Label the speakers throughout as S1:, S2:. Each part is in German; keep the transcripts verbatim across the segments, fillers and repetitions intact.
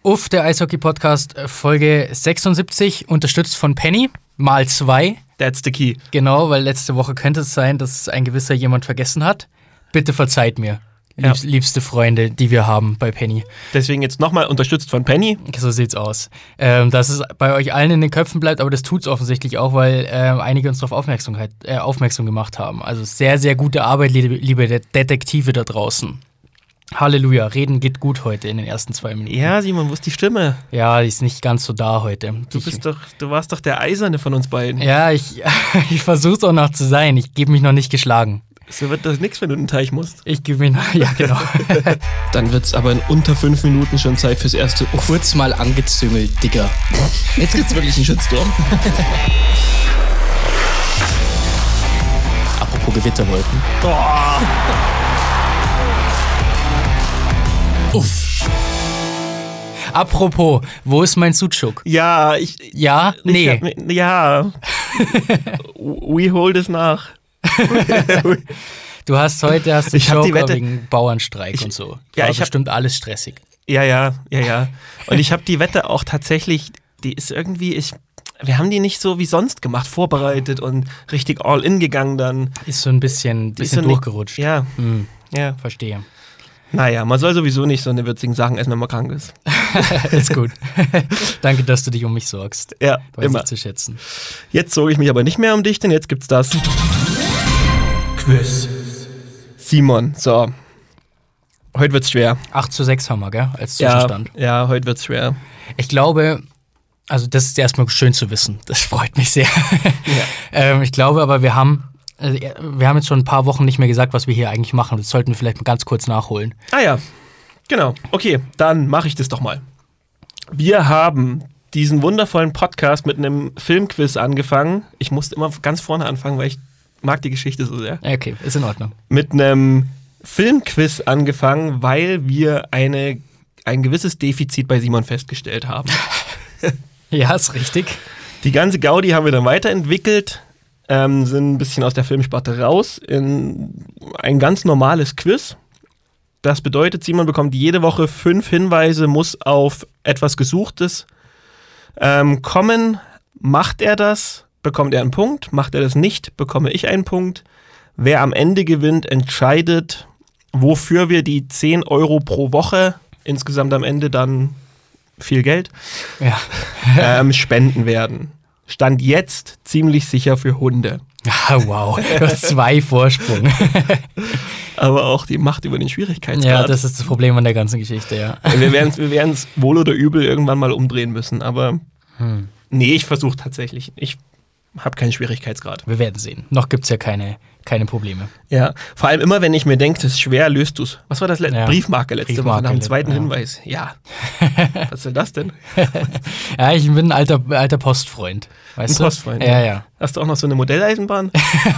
S1: Uff, der Eishockey-Podcast, Folge sechsundsiebzig, unterstützt von Penny, mal zwei.
S2: That's the key.
S1: Genau, weil letzte Woche könnte es sein, dass ein gewisser jemand vergessen hat. Bitte verzeiht mir,
S2: Ja.
S1: liebs, liebste Freunde, die wir haben bei Penny.
S2: Deswegen jetzt nochmal unterstützt von Penny.
S1: So sieht's aus. Ähm, dass es bei euch allen in den Köpfen bleibt, aber das tut's offensichtlich auch, weil ähm, einige uns darauf Aufmerksamkeit, äh, aufmerksam gemacht haben. Also sehr, sehr gute Arbeit, liebe, liebe Detektive da draußen. Halleluja, reden geht gut heute in den ersten zwei Minuten.
S2: Ja, Simon, wo ist die Stimme?
S1: Ja, die ist nicht ganz so da heute.
S2: Du
S1: Ich-
S2: bist doch, du warst doch der Eiserne von uns beiden.
S1: Ja, ich, ich versuch's auch noch zu sein. Ich gebe mich noch nicht geschlagen.
S2: So wird das nichts, wenn du in den Teich musst.
S1: Ich gebe mich noch, ja genau.
S2: Dann wird's aber in unter fünf Minuten schon Zeit fürs erste Uff.
S3: Kurz mal angezüngelt, Digga.
S2: Jetzt gibt's wirklich einen Shitstorm.
S3: Apropos Gewitterwolken.
S2: Boah.
S3: Uff.
S1: Apropos, wo ist mein Sucuk?
S2: Ja, ich...
S1: Ja?
S2: ich
S1: Nee.
S2: hab, mi- ja. We hold es nach.
S1: Du hast heute hast du
S2: Ich hab die
S1: Joker
S2: Wette-
S1: wegen Bauernstreik
S2: Ich-
S1: und so.
S2: ja,
S1: War
S2: ich hab-
S1: bestimmt alles stressig.
S2: Ja, ja, ja, ja. Und ich habe die Wette auch tatsächlich, die ist irgendwie, ich, wir haben die nicht so wie sonst gemacht, vorbereitet und richtig all in gegangen dann.
S1: Ist so ein bisschen,
S2: Die ist
S1: bisschen
S2: so nicht-
S1: durchgerutscht.
S2: Ja,
S1: Hm,
S2: ja.
S1: verstehe.
S2: Naja, man soll sowieso nicht so eine würzigen Sachen essen, wenn man krank ist.
S1: Ist gut. Danke, dass du dich um mich sorgst.
S2: Ja,
S1: Weiß
S2: immer.
S1: ich zu schätzen.
S2: Jetzt sorge ich mich aber nicht mehr um dich, denn jetzt gibt's das.
S3: Quiz.
S2: Simon, so. Heute wird's schwer.
S1: acht zu sechs haben wir, gell? Als
S2: Ja,
S1: Zwischenstand.
S2: ja, heute wird's schwer.
S1: Ich glaube, also das ist erstmal schön zu wissen. Das freut mich sehr. ähm, ich glaube aber, wir haben, also, wir haben jetzt schon ein paar Wochen nicht mehr gesagt, was wir hier eigentlich machen. Das sollten wir vielleicht mal ganz kurz nachholen.
S2: Ah ja, genau. Okay, dann mache ich das doch mal. Wir haben diesen wundervollen Podcast mit einem Filmquiz angefangen. Ich musste immer ganz vorne anfangen, weil ich mag die Geschichte so sehr.
S1: Okay, ist in Ordnung.
S2: Mit einem Filmquiz angefangen, weil wir eine, ein gewisses Defizit bei Simon festgestellt haben.
S1: Ja, ist richtig.
S2: Die ganze Gaudi haben wir dann weiterentwickelt, ähm, sind ein bisschen aus der Filmsparte raus in ein ganz normales Quiz. Das bedeutet, Simon bekommt jede Woche fünf Hinweise, muss auf etwas Gesuchtes ähm, kommen. Macht er das, bekommt er einen Punkt. Macht er das nicht, bekomme ich einen Punkt. Wer am Ende gewinnt, entscheidet, wofür wir die zehn Euro pro Woche, insgesamt am Ende dann viel Geld,
S1: Ja.
S2: ähm, spenden werden. Stand jetzt ziemlich sicher für Hunde.
S1: Ah, wow. Du hast zwei Vorsprung.
S2: Aber auch die Macht über den Schwierigkeitsgrad.
S1: Ja, das ist das Problem an der ganzen Geschichte, ja.
S2: wir werden es wir werden's wohl oder übel irgendwann mal umdrehen müssen. Aber
S1: Hm.
S2: nee, ich versuche tatsächlich. Ich habe keinen Schwierigkeitsgrad.
S1: Wir werden sehen. Noch gibt es ja keine, keine Probleme.
S2: Ja, vor allem immer, wenn ich mir denke, das ist schwer, löst du es. Was war das letzte?
S1: Ja.
S2: Briefmarke letzte
S1: Briefmarke
S2: Woche nach dem
S1: let-
S2: zweiten
S1: ja.
S2: Hinweis. Ja. Was soll das denn?
S1: Ja, ich bin ein alter, alter Postfreund. Weißt
S2: Ein
S1: du?
S2: Postfreund,
S1: Ja,
S2: ja.
S1: ja.
S2: Hast du auch noch so eine Modelleisenbahn?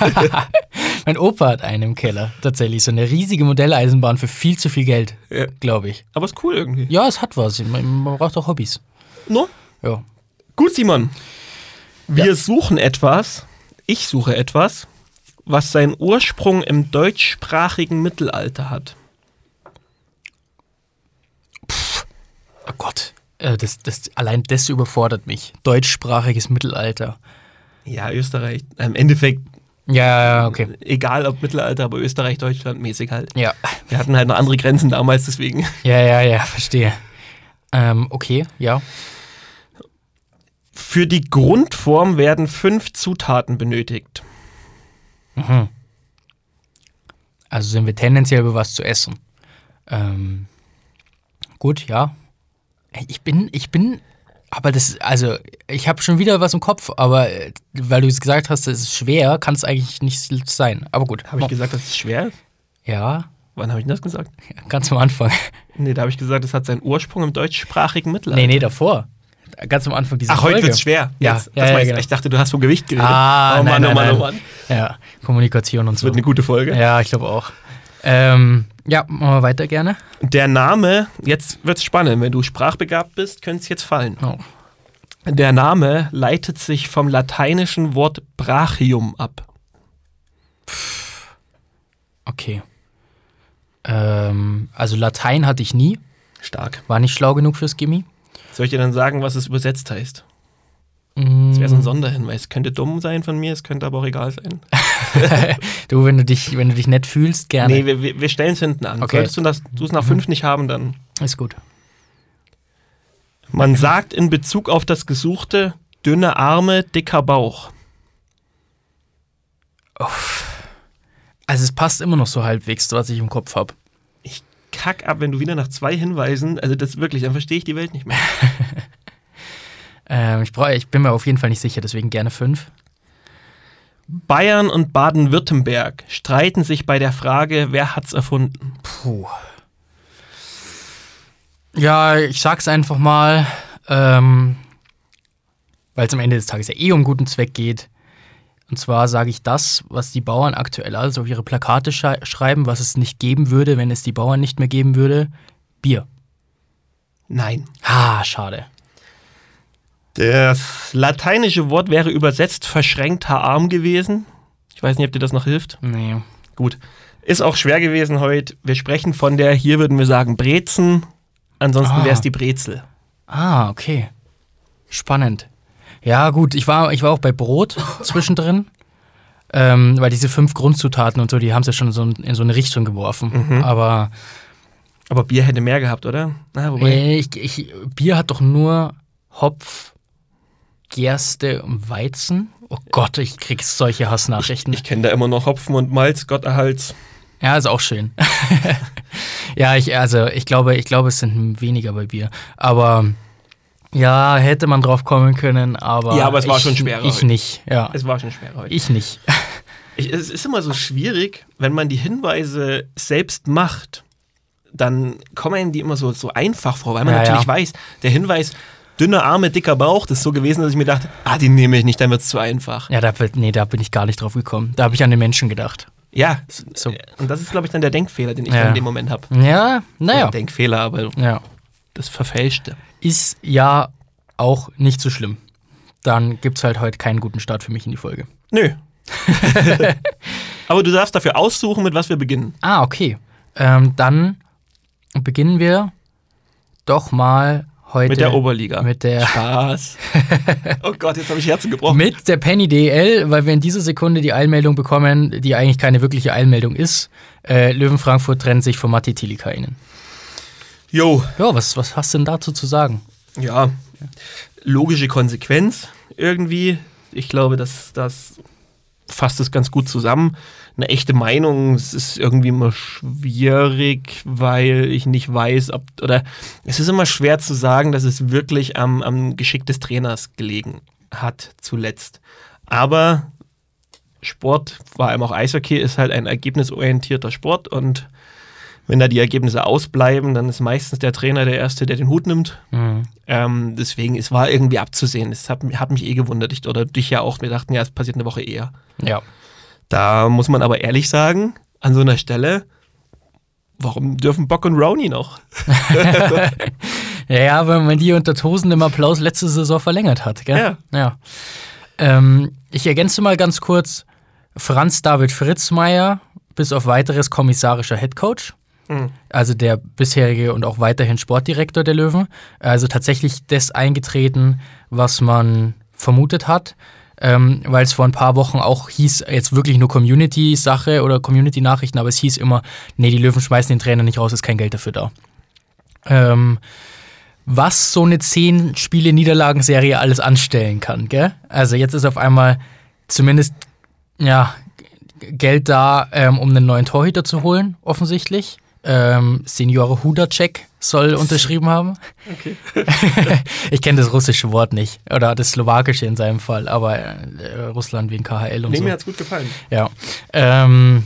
S1: Mein Opa hat einen im Keller. Tatsächlich. So eine riesige Modelleisenbahn für viel zu viel Geld,
S2: Ja.
S1: glaube ich.
S2: Aber ist cool irgendwie.
S1: Ja, es hat was. Man, man braucht auch Hobbys.
S2: No?
S1: Ja.
S2: Gut, Simon. Wir
S1: Ja.
S2: suchen etwas, ich suche etwas, was seinen Ursprung im deutschsprachigen Mittelalter hat.
S1: Oh Gott. Äh, das, das, allein das überfordert mich. Deutschsprachiges Mittelalter.
S2: Ja, Österreich. Im Endeffekt,
S1: Ja, ja, okay.
S2: egal ob Mittelalter, aber Österreich, Deutschland mäßig halt.
S1: Ja.
S2: Wir hatten halt noch andere Grenzen damals, deswegen.
S1: Ja, ja, ja, verstehe. Ähm, okay, ja.
S2: Für die Grundform werden fünf Zutaten benötigt.
S1: Mhm. Also sind wir tendenziell über was zu essen. Ähm, gut, ja. Ich bin, ich bin, aber das, also ich habe schon wieder was im Kopf, aber äh, weil du es gesagt hast, es ist schwer, kann es eigentlich nicht sein. Aber gut.
S2: Habe ich gesagt, das ist schwer?
S1: Ja,
S2: Wann habe ich denn das gesagt?
S1: ganz am Anfang.
S2: Nee, da habe ich gesagt, es hat seinen Ursprung im deutschsprachigen Mittelalter.
S1: Nee, nee, davor. Ganz am Anfang dieser
S2: Ach,
S1: Folge.
S2: heute wird's schwer.
S1: Ja,
S2: Jetzt,
S1: ja,
S2: das
S1: ja,
S2: meinst du.
S1: genau.
S2: Ich dachte, du hast vom Gewicht geredet.
S1: Ah,
S2: oh
S1: nein,
S2: Mann,
S1: nein,
S2: oh Mann,
S1: nein.
S2: oh Mann.
S1: Ja, Kommunikation und
S2: Das
S1: so.
S2: wird eine gute Folge.
S1: Ja, ich glaube auch. Ähm, ja, machen wir weiter gerne.
S2: Der Name, jetzt wird's spannend, wenn du sprachbegabt bist, könnte es jetzt fallen.
S1: Oh.
S2: Der Name leitet sich vom lateinischen Wort brachium ab.
S1: Okay. Ähm, also Latein hatte ich nie.
S2: Stark.
S1: War nicht schlau genug fürs Gimmi.
S2: Soll ich dir dann sagen, was es übersetzt heißt?
S1: Mm.
S2: Das wäre so ein Sonderhinweis. Es könnte dumm sein von mir, es könnte aber auch egal sein.
S1: Du, wenn du dich, wenn du dich nett fühlst, gerne.
S2: Nee, wir, wir, wir stellen es hinten an.
S1: Okay.
S2: Solltest du das, du es nach fünf nicht haben, dann.
S1: Ist gut.
S2: Man sagt in Bezug auf das Gesuchte, dünne Arme, dicker Bauch.
S1: Also es passt immer noch so halbwegs, was ich im Kopf habe.
S2: Ich kack ab, wenn du wieder nach zwei Hinweisen, also das wirklich, dann verstehe ich die Welt nicht mehr.
S1: ähm, ich, brauch, ich bin mir auf jeden Fall nicht sicher, deswegen gerne fünf.
S2: Bayern und Baden-Württemberg streiten sich bei der Frage, wer hat's erfunden?
S1: Puh. Ja, ich sag's einfach mal, ähm, weil es am Ende des Tages ja eh um guten Zweck geht. Und zwar sage ich das, was die Bauern aktuell also auf ihre Plakate sch- schreiben, was es nicht geben würde, wenn es die Bauern nicht mehr geben würde. Bier.
S2: Nein.
S1: Ah, schade.
S2: Das lateinische Wort wäre übersetzt verschränkter Arm gewesen. Ich weiß nicht, ob dir das noch hilft.
S1: Nee.
S2: Gut. Ist auch schwer gewesen heute. Wir sprechen von der, hier würden wir sagen, Brezen. Ansonsten
S1: Ah.
S2: wäre es die Brezel.
S1: Ah, okay. Spannend. Ja, gut, ich war, ich war auch bei Brot zwischendrin. Ähm, weil diese fünf Grundzutaten und so, die haben es ja schon so in so eine Richtung geworfen.
S2: Mhm.
S1: Aber
S2: Aber Bier hätte mehr gehabt, oder? Na, wobei.
S1: äh, ich, ich, Bier hat doch nur Hopf, Gerste und Weizen. Oh Gott, ich krieg solche Hassnachrichten.
S2: Ich kenne da immer noch Hopfen und Malz, Gott erhalt's.
S1: Ja, ist auch schön. Ja, ich, also ich glaube, ich glaube, es sind weniger bei Bier. Aber ja, hätte man drauf kommen können, aber.
S2: Ja, aber es war
S1: ich,
S2: schon schwerer
S1: Ich
S2: heute.
S1: nicht, ja.
S2: Es war schon schwer heute.
S1: Ich nicht.
S2: Ich, es ist immer so schwierig, wenn man die Hinweise selbst macht, dann kommen einem die immer so, so einfach vor, weil man
S1: Ja,
S2: natürlich
S1: ja.
S2: weiß, der Hinweis, dünne Arme, dicker Bauch, das ist so gewesen, dass ich mir dachte, ah, den nehme ich nicht, dann wird es zu einfach.
S1: Ja, da, nee, da bin ich gar nicht drauf gekommen. Da habe ich an den Menschen gedacht.
S2: Ja,
S1: So.
S2: und das ist, glaube ich, dann der Denkfehler, den ich
S1: Ja.
S2: dann in dem Moment habe.
S1: Ja, naja.
S2: Denkfehler, aber
S1: Ja.
S2: das Verfälschte.
S1: Ist ja auch nicht so schlimm. Dann gibt es halt heute keinen guten Start für mich in die Folge.
S2: Nö. Aber du darfst dafür aussuchen, mit was wir beginnen.
S1: Ah, okay. Ähm, dann beginnen wir doch mal heute
S2: Mit der Oberliga.
S1: mit der
S2: Spaß. Oh Gott, jetzt habe ich Herzen gebrochen.
S1: mit der Penny D L, weil wir in dieser Sekunde die Eilmeldung bekommen, die eigentlich keine wirkliche Eilmeldung ist. Äh, Löwen Frankfurt trennt sich von Matti Tilikainen.
S2: Jo.
S1: Ja, was, was hast du denn dazu zu sagen?
S2: Ja, logische Konsequenz irgendwie. Ich glaube, dass das fasst es ganz gut zusammen. Eine echte Meinung, es ist irgendwie immer schwierig, weil ich nicht weiß, ob, oder es ist immer schwer zu sagen, dass es wirklich am, am Geschick des Trainers gelegen hat zuletzt. Aber Sport, vor allem auch Eishockey, ist halt ein ergebnisorientierter Sport und wenn da die Ergebnisse ausbleiben, dann ist meistens der Trainer der Erste, der den Hut nimmt.
S1: Mhm.
S2: Ähm, deswegen, es war irgendwie abzusehen. Es hat, hat mich eh gewundert. Ich, oder dich ja auch. Wir dachten, ja, es passiert eine Woche eher.
S1: Ja.
S2: Da muss man aber ehrlich sagen, an so einer Stelle, warum dürfen Bock und Rowney noch?
S1: Ja, ja, weil man die unter tosendem Applaus letzte Saison verlängert hat, gell?
S2: Ja.
S1: ja. Ähm, ich ergänze mal ganz kurz: Franz David Fritzmeier, bis auf weiteres kommissarischer Headcoach.
S2: Mhm.
S1: Also der bisherige und auch weiterhin Sportdirektor der Löwen. Also tatsächlich das eingetreten, was man vermutet hat. Ähm, weil es vor ein paar Wochen auch hieß, jetzt wirklich nur Community-Sache oder Community-Nachrichten, aber es hieß immer, nee, die Löwen schmeißen den Trainer nicht raus, ist kein Geld dafür da. Ähm, was so eine zehn-Spiele-Niederlagenserie alles anstellen kann, gell? Also jetzt ist auf einmal zumindest, ja, Geld da, ähm, um einen neuen Torhüter zu holen, offensichtlich. Ähm, Senior Hudacek soll unterschrieben haben.
S2: Okay.
S1: Ich kenne das russische Wort nicht. Oder das slowakische in seinem Fall, aber äh, Russland wegen K H L und
S2: Nee,
S1: so.
S2: mir hat's gut gefallen.
S1: Ja. Ähm,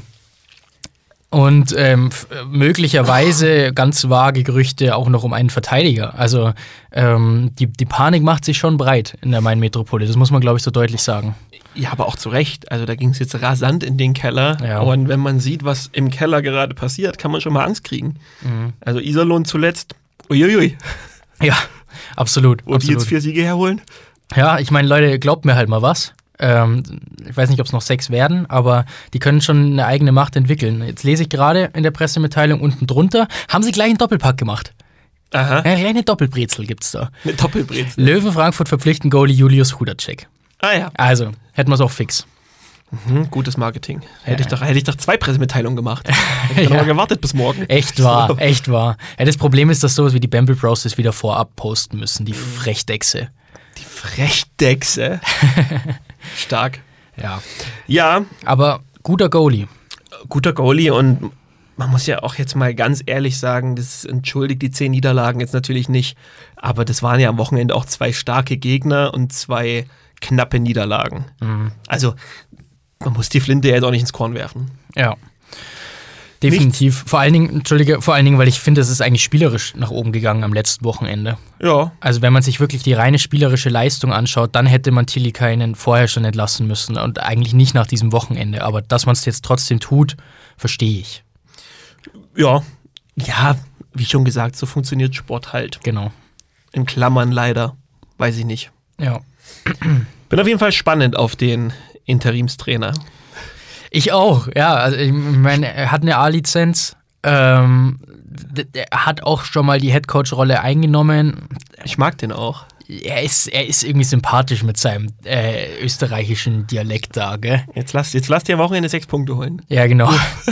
S1: und ähm, f- möglicherweise ganz vage Gerüchte auch noch um einen Verteidiger. Also ähm, die, die Panik macht sich schon breit in der Main-Metropole. Das muss man, glaube ich, so deutlich sagen.
S2: Ja, aber auch zu Recht. Also da ging es jetzt rasant in den Keller.
S1: Ja.
S2: Und wenn man sieht, was im Keller gerade passiert, kann man schon mal Angst kriegen.
S1: Mhm.
S2: Also Iserlohn zuletzt, uiuiui.
S1: Ja, absolut.
S2: Wo die
S1: absolut.
S2: jetzt vier Siege herholen?
S1: Ja, ich meine, Leute, glaubt mir halt mal was. Ähm, ich weiß nicht, ob es noch sechs werden, aber die können schon eine eigene Macht entwickeln. Jetzt lese ich gerade in der Pressemitteilung unten drunter, haben sie gleich einen Doppelpack gemacht.
S2: Aha.
S1: Eine kleine Doppelbrezel gibt's da.
S2: Eine Doppelbrezel.
S1: Löwen Frankfurt verpflichten Goalie Julius Hudacek.
S2: Ah ja.
S1: Also, hätten wir es auch fix.
S2: Mhm, gutes Marketing. Hätte,
S1: Ja.
S2: ich doch, hätte ich doch zwei Pressemitteilungen gemacht. Hätte ich
S1: Ja.
S2: noch mal gewartet bis morgen.
S1: Echt wahr, echt wahr. Ja, das Problem ist, dass sowas wie die Bamble Bros das wieder vorab posten müssen, die Frechdechse.
S2: Die Frechdechse. Stark.
S1: Ja.
S2: Ja,
S1: Aber guter Goalie.
S2: guter Goalie und man muss ja auch jetzt mal ganz ehrlich sagen, das entschuldigt die zehn Niederlagen jetzt natürlich nicht, aber das waren ja am Wochenende auch zwei starke Gegner und zwei knappe Niederlagen.
S1: Mhm.
S2: Also man muss die Flinte ja jetzt auch nicht ins Korn werfen.
S1: Ja. Definitiv. Vor allen Dingen, Entschuldige, vor allen Dingen, weil ich finde, es ist eigentlich spielerisch nach oben gegangen am letzten Wochenende.
S2: Ja,
S1: Also wenn man sich wirklich die reine spielerische Leistung anschaut, dann hätte man Tilikainen vorher schon entlassen müssen und eigentlich nicht nach diesem Wochenende. Aber dass man es jetzt trotzdem tut, verstehe ich.
S2: ja, ja, wie schon gesagt, so funktioniert Sport halt.
S1: Genau.
S2: In Klammern leider, weiß ich nicht.
S1: Ja.
S2: Bin auf jeden Fall spannend auf den Interimstrainer.
S1: Ich auch, ja. Also ich meine, er hat eine A-Lizenz. Ähm, d- er hat auch schon mal die Headcoach-Rolle eingenommen.
S2: Ich mag den auch.
S1: Er ist, er ist irgendwie sympathisch mit seinem äh, österreichischen Dialekt da, gell?
S2: Jetzt lass, jetzt lass dir am Wochenende sechs Punkte holen.
S1: Ja, genau.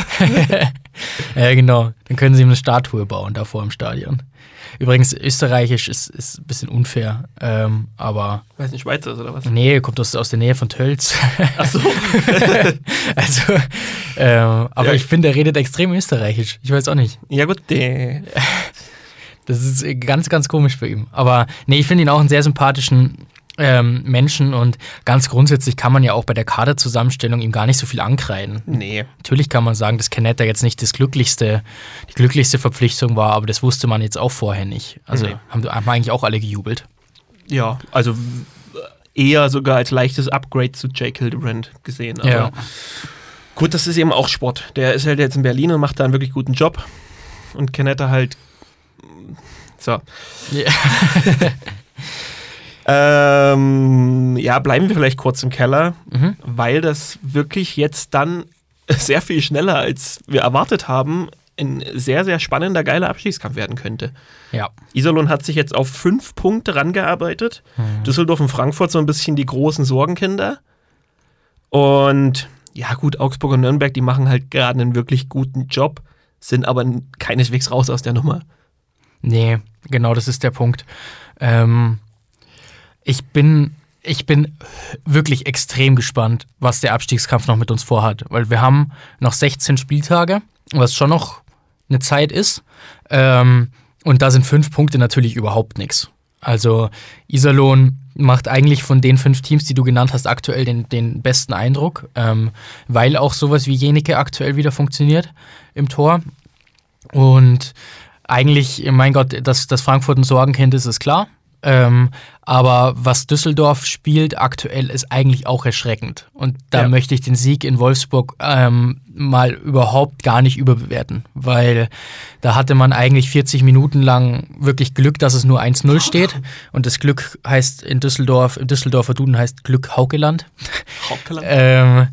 S1: Ja, genau. Dann können sie ihm eine Statue bauen da vor dem Stadion. Übrigens, österreichisch ist, ist ein bisschen unfair, ähm, aber
S2: Weiß nicht, Schweizer ist oder was?
S1: nee, kommt aus, aus der Nähe von Tölz.
S2: Ach so.
S1: Also, ähm, aber
S2: Ja.
S1: ich finde, er redet extrem österreichisch. Ich weiß auch nicht.
S2: Ja gut, der.
S1: Das ist ganz, ganz komisch bei ihm. Aber nee, ich finde ihn auch einen sehr sympathischen ähm, Menschen und ganz grundsätzlich kann man ja auch bei der Kaderzusammenstellung ihm gar nicht so viel ankreiden.
S2: Nee.
S1: Natürlich kann man sagen, dass Canetta jetzt nicht das glücklichste, die glücklichste Verpflichtung war, aber das wusste man jetzt auch vorher nicht. Also
S2: Nee.
S1: haben, haben eigentlich auch alle gejubelt.
S2: Ja, also eher sogar als leichtes Upgrade zu Jake Hildebrand gesehen. Aber
S1: Ja.
S2: gut, das ist eben auch Sport. Der ist halt jetzt in Berlin und macht da einen wirklich guten Job. Und Canetta halt. So.
S1: Ja.
S2: Ähm, ja, bleiben wir vielleicht kurz im Keller,
S1: Mhm.
S2: weil das wirklich jetzt dann sehr viel schneller, als wir erwartet haben, ein sehr, sehr spannender, geiler Abstiegskampf werden könnte.
S1: Ja.
S2: Iserlohn hat sich jetzt auf fünf Punkte rangearbeitet.
S1: Mhm.
S2: Düsseldorf und Frankfurt so ein bisschen die großen Sorgenkinder. Und ja gut, Augsburg und Nürnberg, die machen halt gerade einen wirklich guten Job, sind aber keineswegs raus aus der Nummer.
S1: Nee, genau, das ist der Punkt. Ähm, ich bin, ich bin wirklich extrem gespannt, was der Abstiegskampf noch mit uns vorhat. Weil wir haben noch sechzehn Spieltage, was schon noch eine Zeit ist. Ähm, und da sind fünf Punkte natürlich überhaupt nichts. Also Iserlohn macht eigentlich von den fünf Teams, die du genannt hast, aktuell den, den besten Eindruck, ähm, weil auch sowas wie Jenike aktuell wieder funktioniert im Tor. Und eigentlich, mein Gott, dass, dass Frankfurt ein Sorgenkind ist, ist klar. Ähm, aber was Düsseldorf spielt aktuell, ist eigentlich auch erschreckend. Und da
S2: Ja.
S1: möchte ich den Sieg in Wolfsburg ähm, mal überhaupt gar nicht überbewerten. Weil da hatte man eigentlich vierzig Minuten lang wirklich Glück, dass es nur eins null steht. Und das Glück heißt in Düsseldorf, im Düsseldorfer Duden heißt Glück Haukeland. Ähm,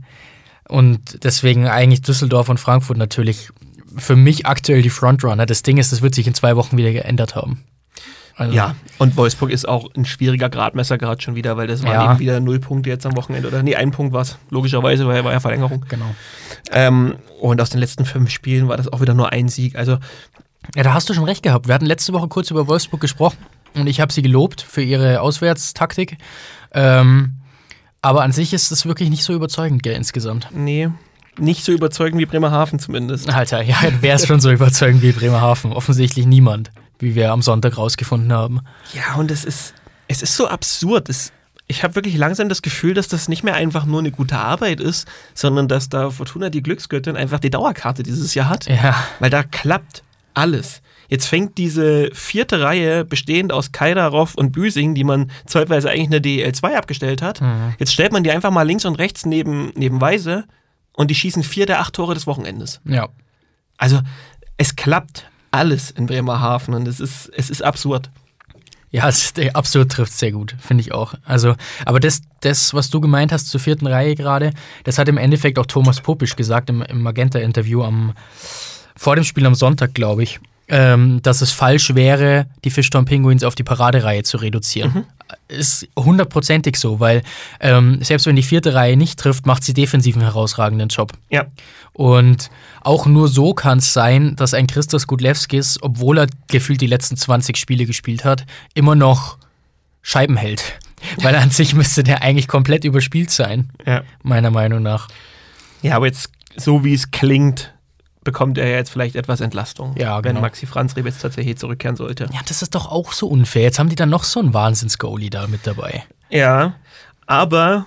S1: und deswegen eigentlich Düsseldorf und Frankfurt natürlich für mich aktuell die Frontrunner. Das Ding ist, das wird sich in zwei Wochen wieder geändert haben. Also,
S2: Ja, und Wolfsburg ist auch ein schwieriger Gradmesser gerade schon wieder, weil das waren
S1: Ja.
S2: eben wieder null Punkte jetzt am Wochenende. Oder nee, ein Punkt war es, logischerweise, weil war ja Verlängerung.
S1: Genau.
S2: Ähm, und aus den letzten fünf Spielen war das auch wieder nur ein Sieg. Also,
S1: Ja, da hast du schon recht gehabt. Wir hatten letzte Woche kurz über Wolfsburg gesprochen und ich habe sie gelobt für ihre Auswärtstaktik. Ähm, aber an sich ist es wirklich nicht so überzeugend, gell, insgesamt.
S2: nee, nicht so überzeugend wie Bremerhaven zumindest.
S1: Alter, ja, wäre es schon so überzeugend wie Bremerhaven. Offensichtlich niemand, wie wir am Sonntag rausgefunden haben.
S2: Ja, und es ist, es ist so absurd. Es, ich habe wirklich langsam das Gefühl, dass das nicht mehr einfach nur eine gute Arbeit ist, sondern dass da Fortuna, die Glücksgöttin, einfach die Dauerkarte dieses Jahr hat.
S1: Ja,
S2: Weil da klappt alles. Jetzt fängt diese vierte Reihe, bestehend aus Kaidarov und Büsing, die man zeitweise eigentlich in der D E L zwei abgestellt hat,
S1: Mhm.
S2: jetzt stellt man die einfach mal links und rechts neben, neben Weise und die schießen vier der acht Tore des Wochenendes.
S1: ja.
S2: Also es klappt alles in Bremerhaven und es ist, es ist absurd.
S1: Ja, es ist, absolut trifft sehr gut, finde ich auch. Also, aber das, das, was du gemeint hast zur vierten Reihe gerade, das hat im Endeffekt auch Thomas Popisch gesagt im, im Magenta-Interview am vor dem Spiel am Sonntag, glaube ich. ähm, dass es falsch wäre, die Fischtown Penguins auf die Paradereihe zu reduzieren. Mhm. Ist hundertprozentig so, weil ähm, selbst wenn die vierte Reihe nicht trifft, macht sie defensiv einen herausragenden Job.
S2: Ja.
S1: Und auch nur so kann es sein, dass ein Christos Gudlewskis, obwohl er gefühlt die letzten zwanzig Spiele gespielt hat, immer noch Scheiben hält. Weil an sich müsste der eigentlich komplett überspielt sein,
S2: ja.
S1: meiner Meinung nach.
S2: Ja, aber jetzt, so wie es klingt, bekommt er jetzt vielleicht etwas Entlastung,
S1: ja, genau.
S2: wenn Maxi Franzreb jetzt tatsächlich zurückkehren sollte.
S1: Ja, das ist doch auch so unfair. Jetzt haben die dann noch so einen Wahnsinns-Goalie da mit dabei.
S2: Ja, aber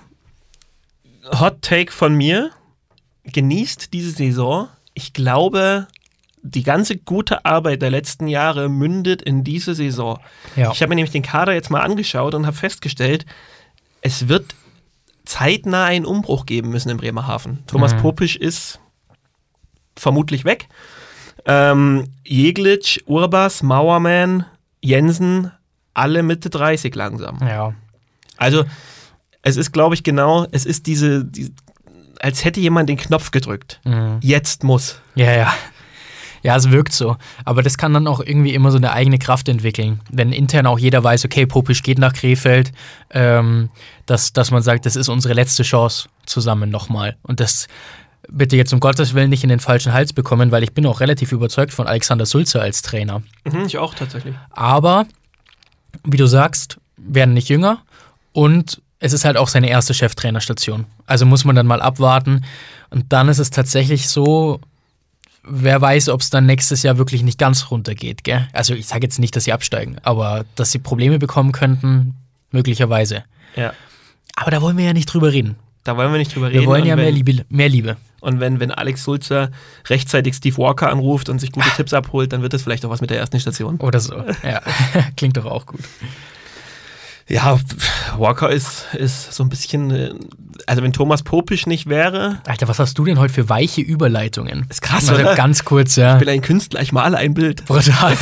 S2: Hot Take von mir, genießt diese Saison. Ich glaube, die ganze gute Arbeit der letzten Jahre mündet in diese Saison.
S1: Ja.
S2: Ich habe mir nämlich den Kader jetzt mal angeschaut und habe festgestellt, es wird zeitnah einen Umbruch geben müssen in Bremerhaven. Thomas mhm. Popisch ist vermutlich weg. Ähm, Jeglic, Urbas, Mauerman, Jensen, alle Mitte dreißig langsam.
S1: Ja.
S2: Also, es ist, glaube ich, genau, es ist diese, die, als hätte jemand den Knopf gedrückt. Mhm. Jetzt muss.
S1: Ja, ja. Ja, es wirkt so. Aber das kann dann auch irgendwie immer so eine eigene Kraft entwickeln. Wenn intern auch jeder weiß, okay, Popisch geht nach Krefeld, ähm, dass, dass man sagt, das ist unsere letzte Chance zusammen nochmal. Und das bitte jetzt um Gottes Willen nicht in den falschen Hals bekommen, weil ich bin auch relativ überzeugt von Alexander Sulzer als Trainer.
S2: Mhm, ich auch tatsächlich.
S1: Aber, wie du sagst, werden nicht jünger und es ist halt auch seine erste Cheftrainerstation. Also muss man dann mal abwarten. Und dann ist es tatsächlich so, wer weiß, ob es dann nächstes Jahr wirklich nicht ganz runtergeht, gell? Also ich sage jetzt nicht, dass sie absteigen, aber dass sie Probleme bekommen könnten, möglicherweise.
S2: Ja.
S1: Aber da wollen wir ja nicht drüber reden.
S2: Da wollen wir nicht drüber reden.
S1: Wir wollen ja
S2: wenn,
S1: mehr Liebe, mehr Liebe.
S2: Und wenn, wenn Alex Sulzer rechtzeitig Steve Walker anruft und sich gute Tipps abholt, dann wird das vielleicht auch was mit der ersten Station.
S1: Oder so, ja. Klingt doch auch gut.
S2: Ja, Walker ist, ist so ein bisschen, also wenn Thomas Popisch nicht wäre.
S1: Alter, was hast du denn heute für weiche Überleitungen?
S2: Ist krass,
S1: also
S2: oder?
S1: Ganz kurz, ja.
S2: Ich bin ein Künstler, ich male ein Bild.
S1: Brutal.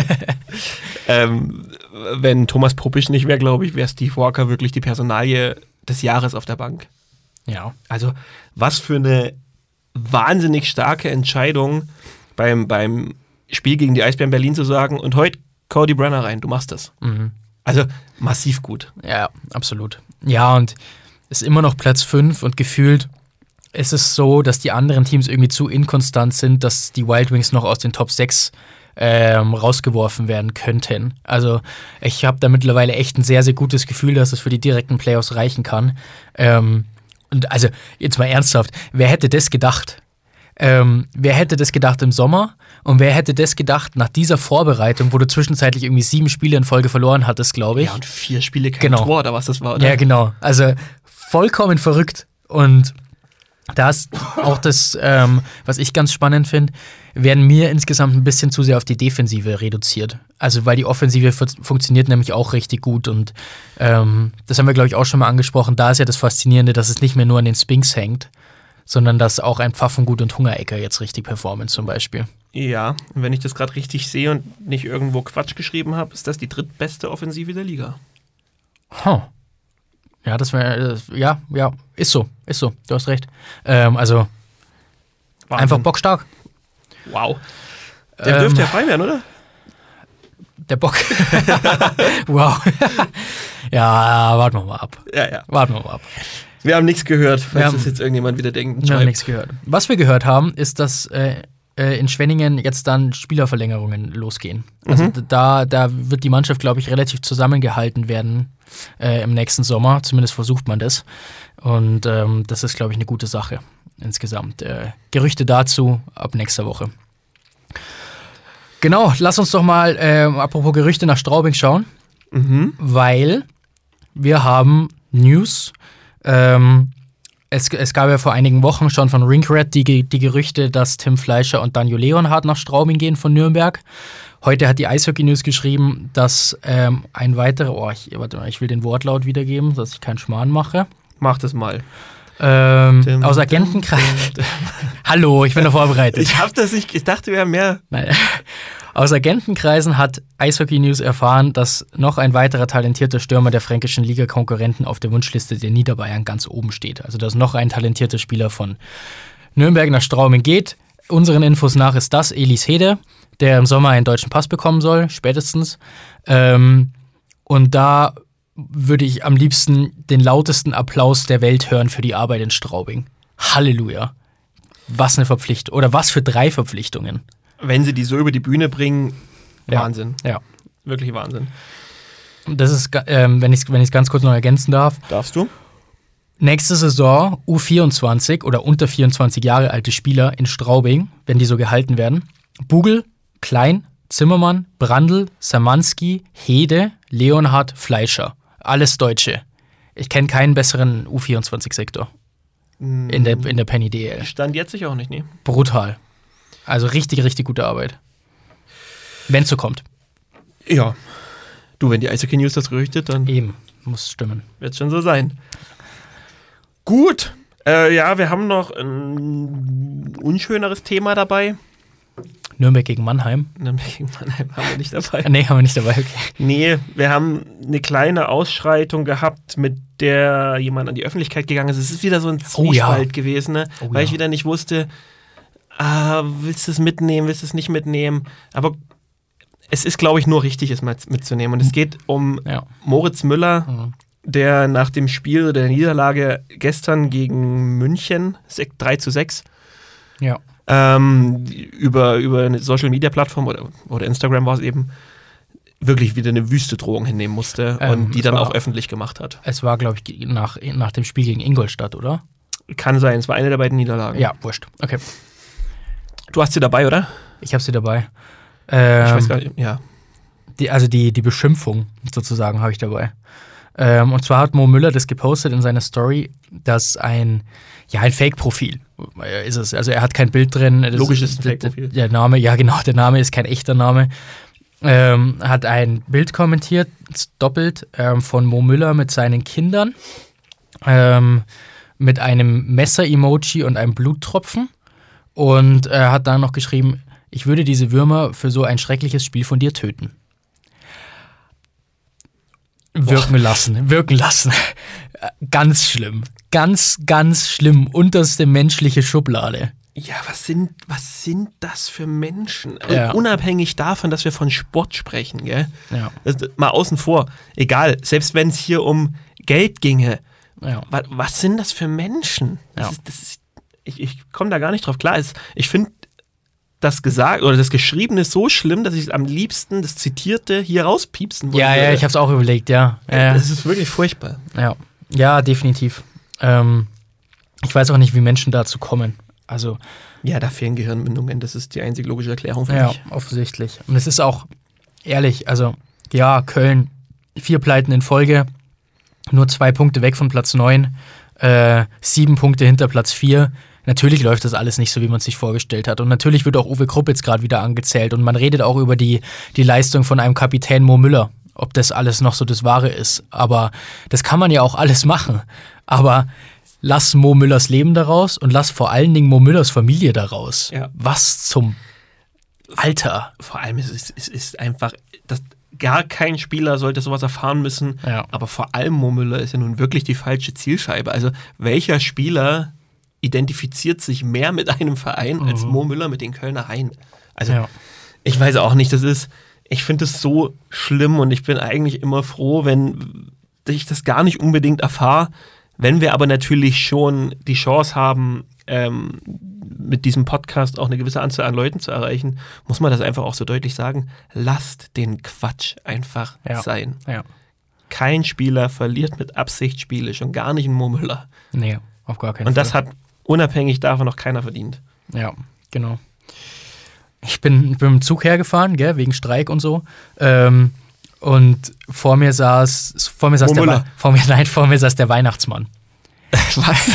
S2: ähm, wenn Thomas Popisch nicht wäre, glaube ich, wäre Steve Walker wirklich die Personalie des Jahres auf der Bank.
S1: Ja.
S2: Also, was für eine wahnsinnig starke Entscheidung beim, beim Spiel gegen die Eisbären Berlin zu sagen, und heute Cody Brenner rein, du machst das.
S1: Mhm.
S2: Also massiv gut.
S1: Ja, absolut. Ja, und ist immer noch Platz fünf und gefühlt ist es so, dass die anderen Teams irgendwie zu inkonstant sind, dass die Wild Wings noch aus den Top sechs ähm, rausgeworfen werden könnten. Also ich habe da mittlerweile echt ein sehr, sehr gutes Gefühl, dass es für die direkten Playoffs reichen kann. Ähm, und also jetzt mal ernsthaft, wer hätte das gedacht? Ähm, wer hätte das gedacht im Sommer und wer hätte das gedacht nach dieser Vorbereitung, wo du zwischenzeitlich irgendwie sieben Spiele in Folge verloren hattest, glaube ich.
S2: Ja, und vier Spiele kein
S1: genau.
S2: Tor oder was das war, oder?
S1: Ja, genau. Also vollkommen verrückt. Und da ist auch das, ähm, was ich ganz spannend finde, werden mir insgesamt ein bisschen zu sehr auf die Defensive reduziert. Also weil die Offensive fu- funktioniert nämlich auch richtig gut und ähm, das haben wir, glaube ich, auch schon mal angesprochen. Da ist ja das Faszinierende, dass es nicht mehr nur an den Spinks hängt, sondern dass auch ein Pfaffengut und Hungerecker jetzt richtig performen zum Beispiel.
S2: Ja, und wenn ich das gerade richtig sehe und nicht irgendwo Quatsch geschrieben habe, ist das die drittbeste Offensive der Liga.
S1: Huh. Ja, das wäre, ja, ja, ist so, ist so, du hast recht. Ähm, also
S2: Wahnsinn.
S1: Einfach bockstark.
S2: Wow. Der
S1: ähm,
S2: dürfte ja frei werden, oder?
S1: Der Bock. Wow. Ja, warten wir mal ab.
S2: Ja, ja.
S1: Warten wir mal ab.
S2: Wir haben nichts gehört, falls
S1: Wir haben-
S2: das jetzt irgendjemand wieder denkt.
S1: Wir haben nichts gehört. Was wir gehört haben, ist, dass äh, äh, in Schwenningen jetzt dann Spielerverlängerungen losgehen. Also
S2: Mhm.
S1: d- da, da wird die Mannschaft, glaube ich, relativ zusammengehalten werden äh, im nächsten Sommer. Zumindest versucht man das. Und ähm, das ist, glaube ich, eine gute Sache insgesamt. Äh, Gerüchte dazu ab nächster Woche. Genau, lass uns doch mal, ähm, apropos Gerüchte, nach Straubing schauen.
S2: Mhm.
S1: Weil wir haben News. Ähm, es, es gab ja vor einigen Wochen schon von Rinkrat die, Ge- die Gerüchte, dass Tim Fleischer und Daniel Leonhardt nach Straubing gehen von Nürnberg. Heute hat die Eishockey News geschrieben, dass ähm, ein weiterer, oh, ich, warte mal, ich will den Wortlaut wiedergeben, dass ich keinen Schmarrn mache.
S2: Mach das mal.
S1: Ähm,
S2: Dim,
S1: aus
S2: dim,
S1: Agentenkreis. Hallo, ich bin da vorbereitet.
S2: Ich hab das nicht, ich dachte, wir haben mehr.
S1: Nein. Aus Agentenkreisen hat Eishockey News erfahren, dass noch ein weiterer talentierter Stürmer der fränkischen Liga-Konkurrenten auf der Wunschliste der Niederbayern ganz oben steht. Also, dass noch ein talentierter Spieler von Nürnberg nach Straubing geht. Unseren Infos nach ist das Elis Hede, der im Sommer einen deutschen Pass bekommen soll, spätestens. Ähm, und da würde ich am liebsten den lautesten Applaus der Welt hören für die Arbeit in Straubing. Halleluja. Was eine Verpflichtung. Oder was für drei Verpflichtungen.
S2: Wenn sie die so über die Bühne bringen,
S1: Ja.
S2: Wahnsinn.
S1: Ja.
S2: Wirklich Wahnsinn.
S1: Das ist, ga- ähm, wenn ich es wenn ich's ganz kurz noch ergänzen darf.
S2: Darfst du?
S1: Nächste Saison U vierundzwanzig oder unter vierundzwanzig Jahre alte Spieler in Straubing, wenn die so gehalten werden. Bugel, Klein, Zimmermann, Brandl, Samanski, Hede, Leonhard, Fleischer. Alles Deutsche. Ich kenne keinen besseren U vierundzwanzig-Sektor in der, in der Penny D L.
S2: Stand jetzt sicher auch nicht, nee.
S1: Brutal. Also richtig, richtig gute Arbeit. Wenn es so kommt.
S2: Ja. Du, wenn die Eishockey News das berichtet, dann
S1: Eben. Muss stimmen.
S2: wird es schon so sein. Gut. Äh, ja, wir haben noch ein unschöneres Thema dabei.
S1: Nürnberg gegen Mannheim.
S2: Nämlich gegen Mannheim haben wir nicht dabei.
S1: Ah, nee, haben wir nicht dabei. Okay.
S2: Nee, wir haben eine kleine Ausschreitung gehabt, mit der jemand an die Öffentlichkeit gegangen ist. Es ist wieder so ein
S1: Oh ja.
S2: Zwiespalt gewesen, ne?
S1: Oh
S2: Weil
S1: ja.
S2: ich wieder nicht wusste, ah, willst du es mitnehmen, willst du es nicht mitnehmen? Aber es ist, glaube ich, nur richtig, es mal mitzunehmen. Und es geht um
S1: Ja.
S2: Moritz Müller,
S1: Mhm.
S2: der nach dem Spiel der Niederlage gestern gegen München drei zu sechs
S1: Ja.
S2: ähm, über, über eine Social-Media-Plattform oder, oder Instagram war es eben, wirklich wieder eine wüste Drohung hinnehmen musste
S1: Ähm,
S2: und die
S1: es
S2: dann
S1: war-
S2: auch öffentlich gemacht hat.
S1: Es war, glaube ich, nach, nach dem Spiel gegen Ingolstadt, oder?
S2: Kann sein, es war eine der beiden Niederlagen.
S1: Ja, wurscht. Okay.
S2: Du hast sie dabei, oder?
S1: Ich habe sie dabei.
S2: Ich
S1: Ähm,
S2: weiß gar nicht, ja.
S1: die, also die, die Beschimpfung sozusagen habe ich dabei. Ähm, und zwar hat Mo Müller das gepostet in seiner Story, dass ein, ja, ein Fake-Profil äh, ist es. Also er hat kein Bild drin. Das
S2: Logisch ist ein
S1: der-
S2: Fake-Profil.
S1: Der Name, ja genau, der Name ist kein echter Name. Ähm, hat ein Bild kommentiert, doppelt, ähm, von Mo Müller mit seinen Kindern, ähm, mit einem Messer-Emoji und einem Bluttropfen. Und er hat dann noch geschrieben, ich würde diese Würmer für so ein schreckliches Spiel von dir töten. Wirken lassen, wirken lassen. Ganz schlimm. Ganz, ganz schlimm. Unterste menschliche Schublade.
S2: Ja, was sind, was sind das für Menschen?
S1: Ja.
S2: Unabhängig davon, dass wir von Sport sprechen, gell?
S1: Ja.
S2: Das, mal außen vor. Egal, selbst wenn es hier um Geld ginge.
S1: Ja.
S2: Was, was sind das für Menschen? Das
S1: Ja.
S2: ist, das ist, ich ich komme da gar nicht drauf klar. Es, ich finde das gesagt oder das Geschriebene so schlimm, dass ich am liebsten das Zitierte hier rauspiepsen wollte.
S1: Ja, ja, ich hab's auch überlegt, ja. Ja,
S2: Das ist wirklich furchtbar.
S1: ja. ja definitiv. Ähm, ich weiß auch nicht, wie Menschen dazu kommen. Also,
S2: Ja, da fehlen Gehirnbindungen. Das ist die einzig logische Erklärung für
S1: ja,
S2: mich.
S1: offensichtlich. Und es ist auch ehrlich, also, ja, Köln, vier Pleiten in Folge, nur zwei Punkte weg von Platz neun, äh, sieben Punkte hinter Platz vier. Natürlich läuft das alles nicht so, wie man es sich vorgestellt hat. Und natürlich wird auch Uwe Krupp jetzt gerade wieder angezählt. Und man redet auch über die, die Leistung von einem Kapitän Mo Müller, ob das alles noch so das Wahre ist. Aber das kann man ja auch alles machen. Aber lass Mo Müllers Leben daraus und lass vor allen Dingen Mo Müllers Familie daraus.
S2: Ja.
S1: Was zum Alter.
S2: Vor allem ist es ist, ist einfach, das, gar kein Spieler sollte sowas erfahren müssen.
S1: Ja.
S2: Aber vor allem Mo Müller ist ja nun wirklich die falsche Zielscheibe. Also welcher Spieler identifiziert sich mehr mit einem Verein als Mo Müller mit den Kölner Haien? Also
S1: Ja.
S2: ich weiß auch nicht, das ist, ich finde es so schlimm und ich bin eigentlich immer froh, wenn ich das gar nicht unbedingt erfahre. Wenn wir aber natürlich schon die Chance haben, ähm, mit diesem Podcast auch eine gewisse Anzahl an Leuten zu erreichen, muss man das einfach auch so deutlich sagen. Lasst den Quatsch einfach
S1: Ja.
S2: sein.
S1: Ja.
S2: Kein Spieler verliert mit Absicht Spiele, schon gar nicht ein Mo Müller.
S1: Nee, auf gar keinen
S2: Und
S1: Fall.
S2: das hat unabhängig davon noch keiner verdient.
S1: Ja, genau. Ich bin, ich bin mit dem Zug hergefahren, gell, wegen Streik und so. Ähm, und vor mir saß, vor mir saß der,
S2: Müller.
S1: Wei- vor mir, nein, vor mir saß der Weihnachtsmann.
S2: Was?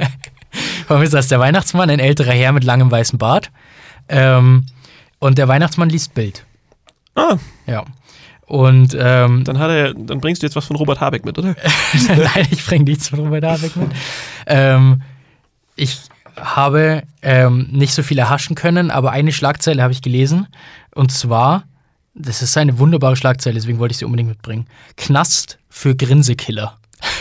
S1: Vor mir saß der Weihnachtsmann, ein älterer Herr mit langem weißen Bart. Ähm, und der Weihnachtsmann liest Bild.
S2: Ah,
S1: Ja. Und ähm,
S2: dann, hat er, dann bringst du jetzt was von Robert Habeck mit, oder?
S1: nein, ich bringe nichts von Robert Habeck mit. Ähm, ich habe ähm, nicht so viel erhaschen können, aber eine Schlagzeile habe ich gelesen. Und zwar, das ist eine wunderbare Schlagzeile, deswegen wollte ich sie unbedingt mitbringen. Knast für Grinsekiller.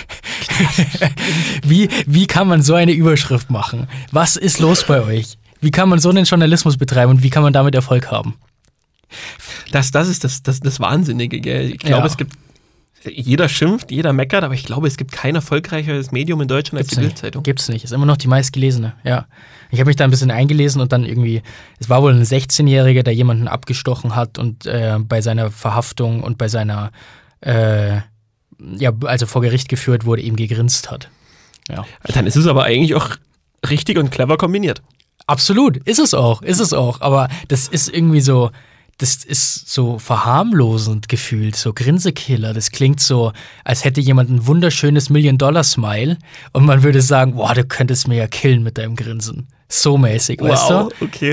S1: wie, wie kann man so eine Überschrift machen? Was ist los bei euch? Wie kann man so einen Journalismus betreiben und wie kann man damit Erfolg haben?
S2: Das, das ist das, das, das Wahnsinnige, gell? Ich glaube,
S1: Ja.
S2: es gibt, jeder schimpft, jeder meckert, aber ich glaube, es gibt kein erfolgreicheres Medium in Deutschland als die Bild-Zeitung.
S1: Gibt's nicht. Ist immer noch die meistgelesene, ja. Ich habe mich da ein bisschen eingelesen und dann irgendwie, es war wohl ein sechzehnjähriger, der jemanden abgestochen hat und äh, bei seiner Verhaftung und bei seiner, äh, ja, also vor Gericht geführt wurde, ihm gegrinst hat. Ja.
S2: Dann ist es aber eigentlich auch richtig und clever kombiniert.
S1: Absolut, ist es auch, ist es auch. Aber das ist irgendwie so, das ist so verharmlosend gefühlt, so Grinsekiller. Das klingt so, als hätte jemand ein wunderschönes Million-Dollar-Smile und man würde sagen, boah, du könntest mir ja killen mit deinem Grinsen. So mäßig, weißt
S2: Wow,
S1: du?
S2: okay.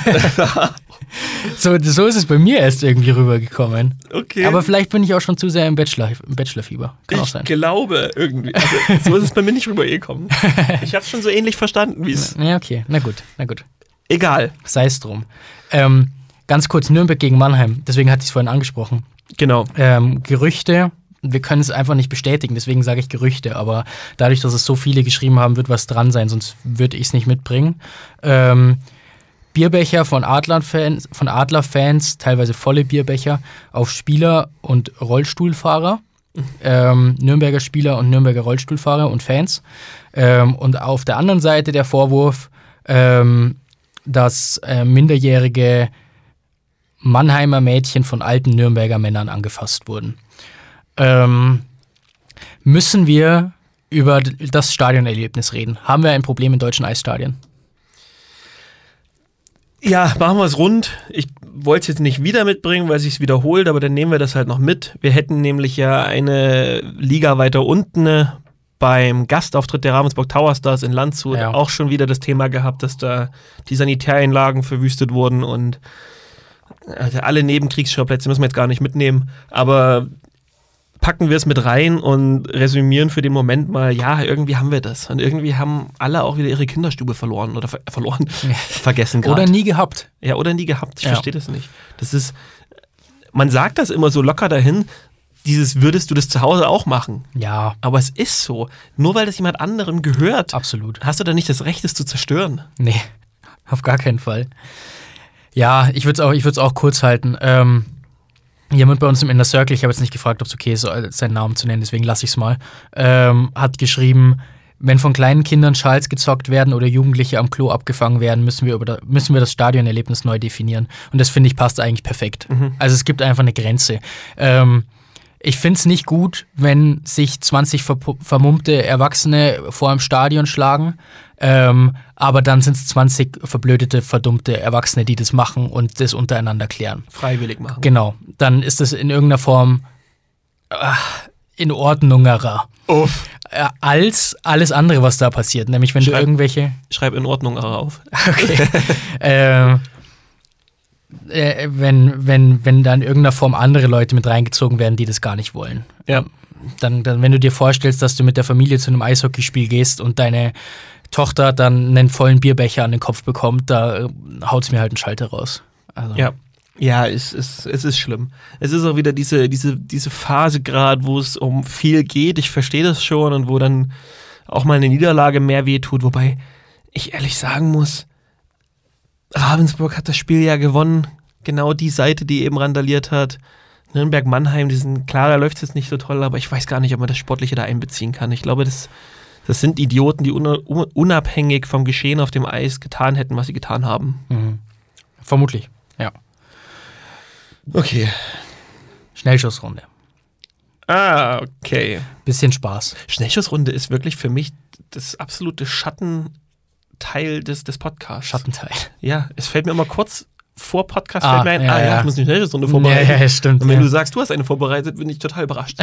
S1: So, so ist es bei mir erst irgendwie rübergekommen.
S2: Okay.
S1: Aber vielleicht bin ich auch schon zu sehr im Bachelor, im Bachelor-Fieber. Kann auch
S2: Ich
S1: sein.
S2: glaube irgendwie. Also, so ist es bei mir nicht rübergekommen. Ich habe es schon so ähnlich verstanden, wie es.
S1: Ja, okay, na gut, na gut.
S2: Egal.
S1: Sei es drum. Ähm, ganz kurz, Nürnberg gegen Mannheim, deswegen hatte ich es vorhin angesprochen.
S2: Genau.
S1: Ähm, Gerüchte, wir können es einfach nicht bestätigen, deswegen sage ich Gerüchte, aber dadurch, dass es so viele geschrieben haben, wird was dran sein, sonst würde ich es nicht mitbringen. Ähm, Bierbecher von Adler-Fans, von Adler-Fans, teilweise volle Bierbecher, auf Spieler und Rollstuhlfahrer. Ähm, Nürnberger Spieler und Nürnberger Rollstuhlfahrer und Fans. Ähm, und auf der anderen Seite der Vorwurf, ähm, dass äh, minderjährige Mannheimer Mädchen von alten Nürnberger Männern angefasst wurden. Ähm, müssen wir über das Stadionerlebnis reden? Haben wir ein Problem in deutschen Eisstadien?
S2: Ja, machen wir es rund. Ich wollte es jetzt nicht wieder mitbringen, weil es sich wiederholt, aber dann nehmen wir das halt noch mit. Wir hätten nämlich ja eine Liga weiter unten äh, beim Gastauftritt der Ravensburg Tower Stars in Landshut
S1: Ja.
S2: auch schon wieder das Thema gehabt, dass da die Sanitäreinlagen verwüstet wurden und also alle Nebenkriegsschauplätze müssen wir jetzt gar nicht mitnehmen, aber packen wir es mit rein und resümieren für den Moment mal, ja, irgendwie haben wir das. Und irgendwie haben alle auch wieder ihre Kinderstube verloren oder ver verloren, vergessen gerade.
S1: Oder nie gehabt.
S2: Ja, oder nie gehabt. Ich
S1: Ja.
S2: verstehe das nicht. Das ist, man sagt das immer so locker dahin, dieses würdest du das zu Hause auch machen.
S1: Ja,
S2: Aber es ist so. Nur weil das jemand anderem gehört,
S1: absolut.
S2: hast du da nicht das Recht, es zu zerstören.
S1: Nee, auf gar keinen Fall. Ja, ich würde es auch, ich würd's auch kurz halten. Ähm, jemand bei uns im Inner Circle, ich habe jetzt nicht gefragt, ob es okay ist, seinen Namen zu nennen, deswegen lasse ich es mal, ähm, hat geschrieben, wenn von kleinen Kindern Schals gezockt werden oder Jugendliche am Klo abgefangen werden, müssen wir, über da, müssen wir das Stadionerlebnis neu definieren. Und das, finde ich, passt eigentlich perfekt.
S2: Mhm.
S1: Also es gibt einfach eine Grenze. Ähm, ich finde es nicht gut, wenn sich zwanzig verpu- vermummte Erwachsene vor einem Stadion schlagen, ähm, aber dann sind es zwanzig verblödete, verdummte Erwachsene, die das machen und das untereinander klären.
S2: Freiwillig machen.
S1: Genau, dann ist das in irgendeiner Form äh, in Ordnungerer
S2: Uff.
S1: äh, als alles andere, was da passiert. Nämlich, wenn du
S2: Schreib-
S1: irgendwelche
S2: Schreib in Ordnung auf.
S1: Okay. äh, äh, wenn, wenn, wenn da in irgendeiner Form andere Leute mit reingezogen werden, die das gar nicht wollen.
S2: Ja.
S1: Dann, dann, wenn du dir vorstellst, dass du mit der Familie zu einem Eishockeyspiel gehst und deine Tochter dann einen vollen Bierbecher an den Kopf bekommt, da äh, haut's mir halt einen Schalter raus. Also,
S2: Ja. Ja, es ist, es ist schlimm. Es ist auch wieder diese, diese, diese Phase gerade, wo es um viel geht. Ich verstehe das schon und wo dann auch mal eine Niederlage mehr wehtut. Wobei ich ehrlich sagen muss, Ravensburg hat das Spiel ja gewonnen. Genau die Seite, die eben randaliert hat. Nürnberg-Mannheim, die sind, klar, da läuft es jetzt nicht so toll, aber ich weiß gar nicht, ob man das Sportliche da einbeziehen kann. Ich glaube, das, das sind Idioten, die un- unabhängig vom Geschehen auf dem Eis getan hätten, was sie getan haben.
S1: Mhm. Vermutlich, ja.
S2: Okay.
S1: Schnellschussrunde.
S2: Ah, okay.
S1: Bisschen Spaß.
S2: Schnellschussrunde ist wirklich für mich das absolute Schattenteil des, des Podcasts.
S1: Schattenteil.
S2: Ja, es fällt mir immer kurz vor Podcast,
S1: Ah,
S2: fällt mir ein,
S1: ja,
S2: ah ja,
S1: ja.
S2: ich muss eine Schnellschussrunde vorbereiten.
S1: Ja, ja, stimmt.
S2: Und wenn
S1: ja.
S2: du sagst, du hast eine vorbereitet, bin ich total überrascht.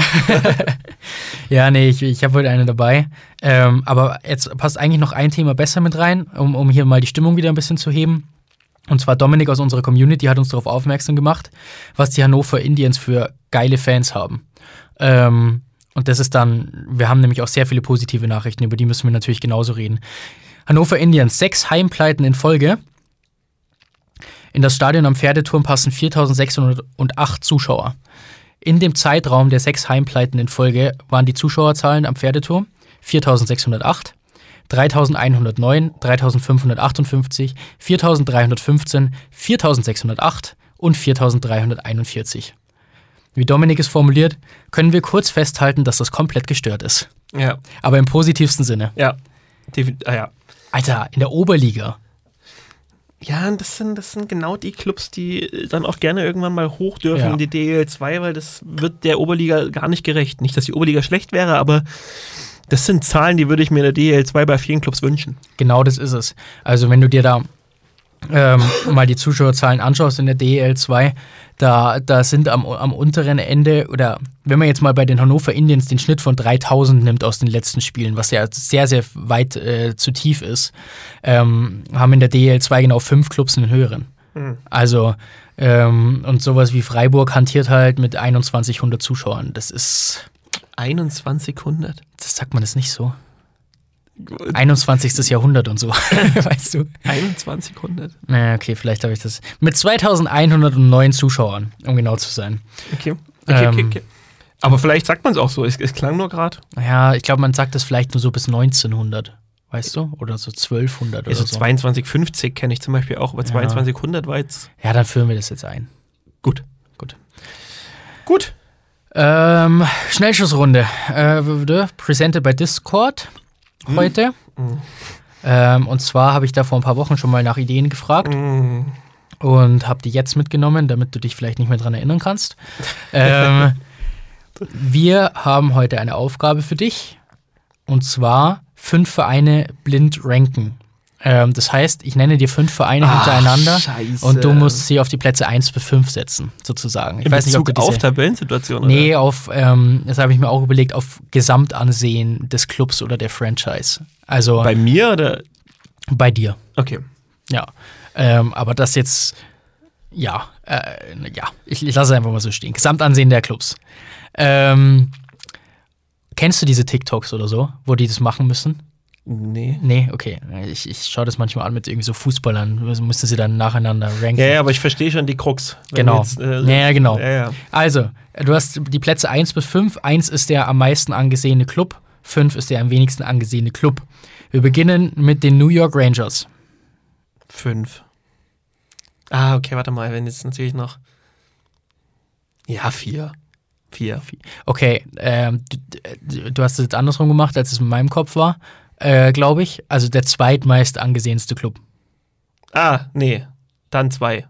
S1: Ja, nee, ich, ich habe heute eine dabei. Ähm, aber jetzt passt eigentlich noch ein Thema besser mit rein, um, um hier mal die Stimmung wieder ein bisschen zu heben. Und zwar Dominik aus unserer Community hat uns darauf aufmerksam gemacht, was die Hannover Indians für geile Fans haben. Ähm, und das ist dann, wir haben nämlich auch sehr viele positive Nachrichten, über die müssen wir natürlich genauso reden. Hannover Indians, sechs Heimpleiten in Folge. In das Stadion am Pferdeturm passen viertausendsechshundertacht Zuschauer. In dem Zeitraum der sechs Heimpleiten in Folge waren die Zuschauerzahlen am Pferdeturm viertausendsechshundertacht, dreitausendeinhundertneun, dreitausendfünfhundertachtundfünfzig, viertausenddreihundertfünfzehn, viertausendsechshundertacht und viertausenddreihunderteinundvierzig. Wie Dominik es formuliert, können wir kurz festhalten, dass das komplett gestört ist.
S2: Ja.
S1: Aber im positivsten Sinne.
S2: Ja. Defin- ah, ja.
S1: Alter, in der Oberliga.
S2: Ja, und das sind, das sind genau die Clubs, die dann auch gerne irgendwann mal hoch dürfen
S1: Ja.
S2: in die D E L zwei, weil das wird der Oberliga gar nicht gerecht. Nicht, dass die Oberliga schlecht wäre, aber das sind Zahlen, die würde ich mir in der D E L zwei bei vielen Clubs wünschen.
S1: Genau das ist es. Also wenn du dir da ähm, mal die Zuschauerzahlen anschaust in der D E L zwei, da, da sind am, am unteren Ende, oder wenn man jetzt mal bei den Hannover Indians den Schnitt von dreitausend nimmt aus den letzten Spielen, was ja sehr, sehr weit äh, zu tief ist, ähm, haben in der D E L zwei genau fünf Clubs einen höheren.
S2: Mhm.
S1: Also, ähm, und sowas wie Freiburg hantiert halt mit einundzwanzighundert Zuschauern. Das ist,
S2: einundzwanzighundert?
S1: das sagt man das nicht so. einundzwanzigstes Jahrhundert und so, weißt du.
S2: einundzwanzighundert?
S1: Naja, okay, vielleicht habe ich das. Mit zweitausendeinhundertneun Zuschauern, um genau zu sein.
S2: Okay. Okay, okay,
S1: Ähm,
S2: okay. Aber vielleicht sagt man es auch so. Es, es klang nur gerade.
S1: Ja, ich glaube, man sagt das vielleicht nur so bis neunzehnhundert, weißt du? Oder so zwölfhundert oder
S2: Also
S1: so.
S2: zweiundzwanzig fünfzig kenne ich zum Beispiel auch, aber
S1: Ja.
S2: zweiundzwanzighundert war jetzt
S1: Ja, dann führen wir das jetzt ein.
S2: gut.
S1: Gut.
S2: Gut.
S1: Ähm, Schnellschussrunde. Äh, presented by Discord heute.
S2: Mhm.
S1: Ähm, und zwar habe ich da vor ein paar Wochen schon mal nach Ideen gefragt.
S2: Mm.
S1: Und habe die jetzt mitgenommen, damit du dich vielleicht nicht mehr dran erinnern kannst. ähm, wir haben heute eine Aufgabe für dich, und zwar fünf Vereine blind ranken. Ähm, das heißt, ich nenne dir fünf Vereine
S2: Ach,
S1: hintereinander
S2: Scheiße.
S1: und du musst sie auf die Plätze eins bis fünf setzen, sozusagen. Ich
S2: In
S1: weiß nicht, ob du
S2: Bezug
S1: diese,
S2: auf Tabellensituation,
S1: Nee, auf, ähm, das habe ich mir auch überlegt, auf Gesamtansehen des Clubs oder der Franchise. Also
S2: oder? Bei mir oder?
S1: bei dir.
S2: Okay.
S1: Ja, ähm, aber das jetzt, ja, äh, ja, ich, ich lasse es einfach mal so stehen. Gesamtansehen der Clubs. Ähm, kennst du diese TikToks oder so, wo die das machen müssen?
S2: Nee.
S1: Nee, okay. Ich, ich schaue das manchmal an mit irgendwie so Fußballern. Müssen sie dann nacheinander ranken.
S2: Ja, ja, aber ich verstehe schon die Krux. Wenn
S1: Genau.
S2: Jetzt, äh,
S1: Ja, ja, genau.
S2: Ja, ja.
S1: Also, du hast die Plätze eins bis fünf. eins ist der am meisten angesehene Club. fünf ist der am wenigsten angesehene Club. Wir beginnen mit den New York Rangers.
S2: Fünf. Ah, okay, warte mal, wenn jetzt natürlich noch. Ja, vier. Vier.
S1: Okay, ähm, du, du hast es jetzt andersrum gemacht, als es in meinem Kopf war, äh, glaube ich. Also der zweitmeist angesehenste Club.
S2: Ah, nee. Dann zwei.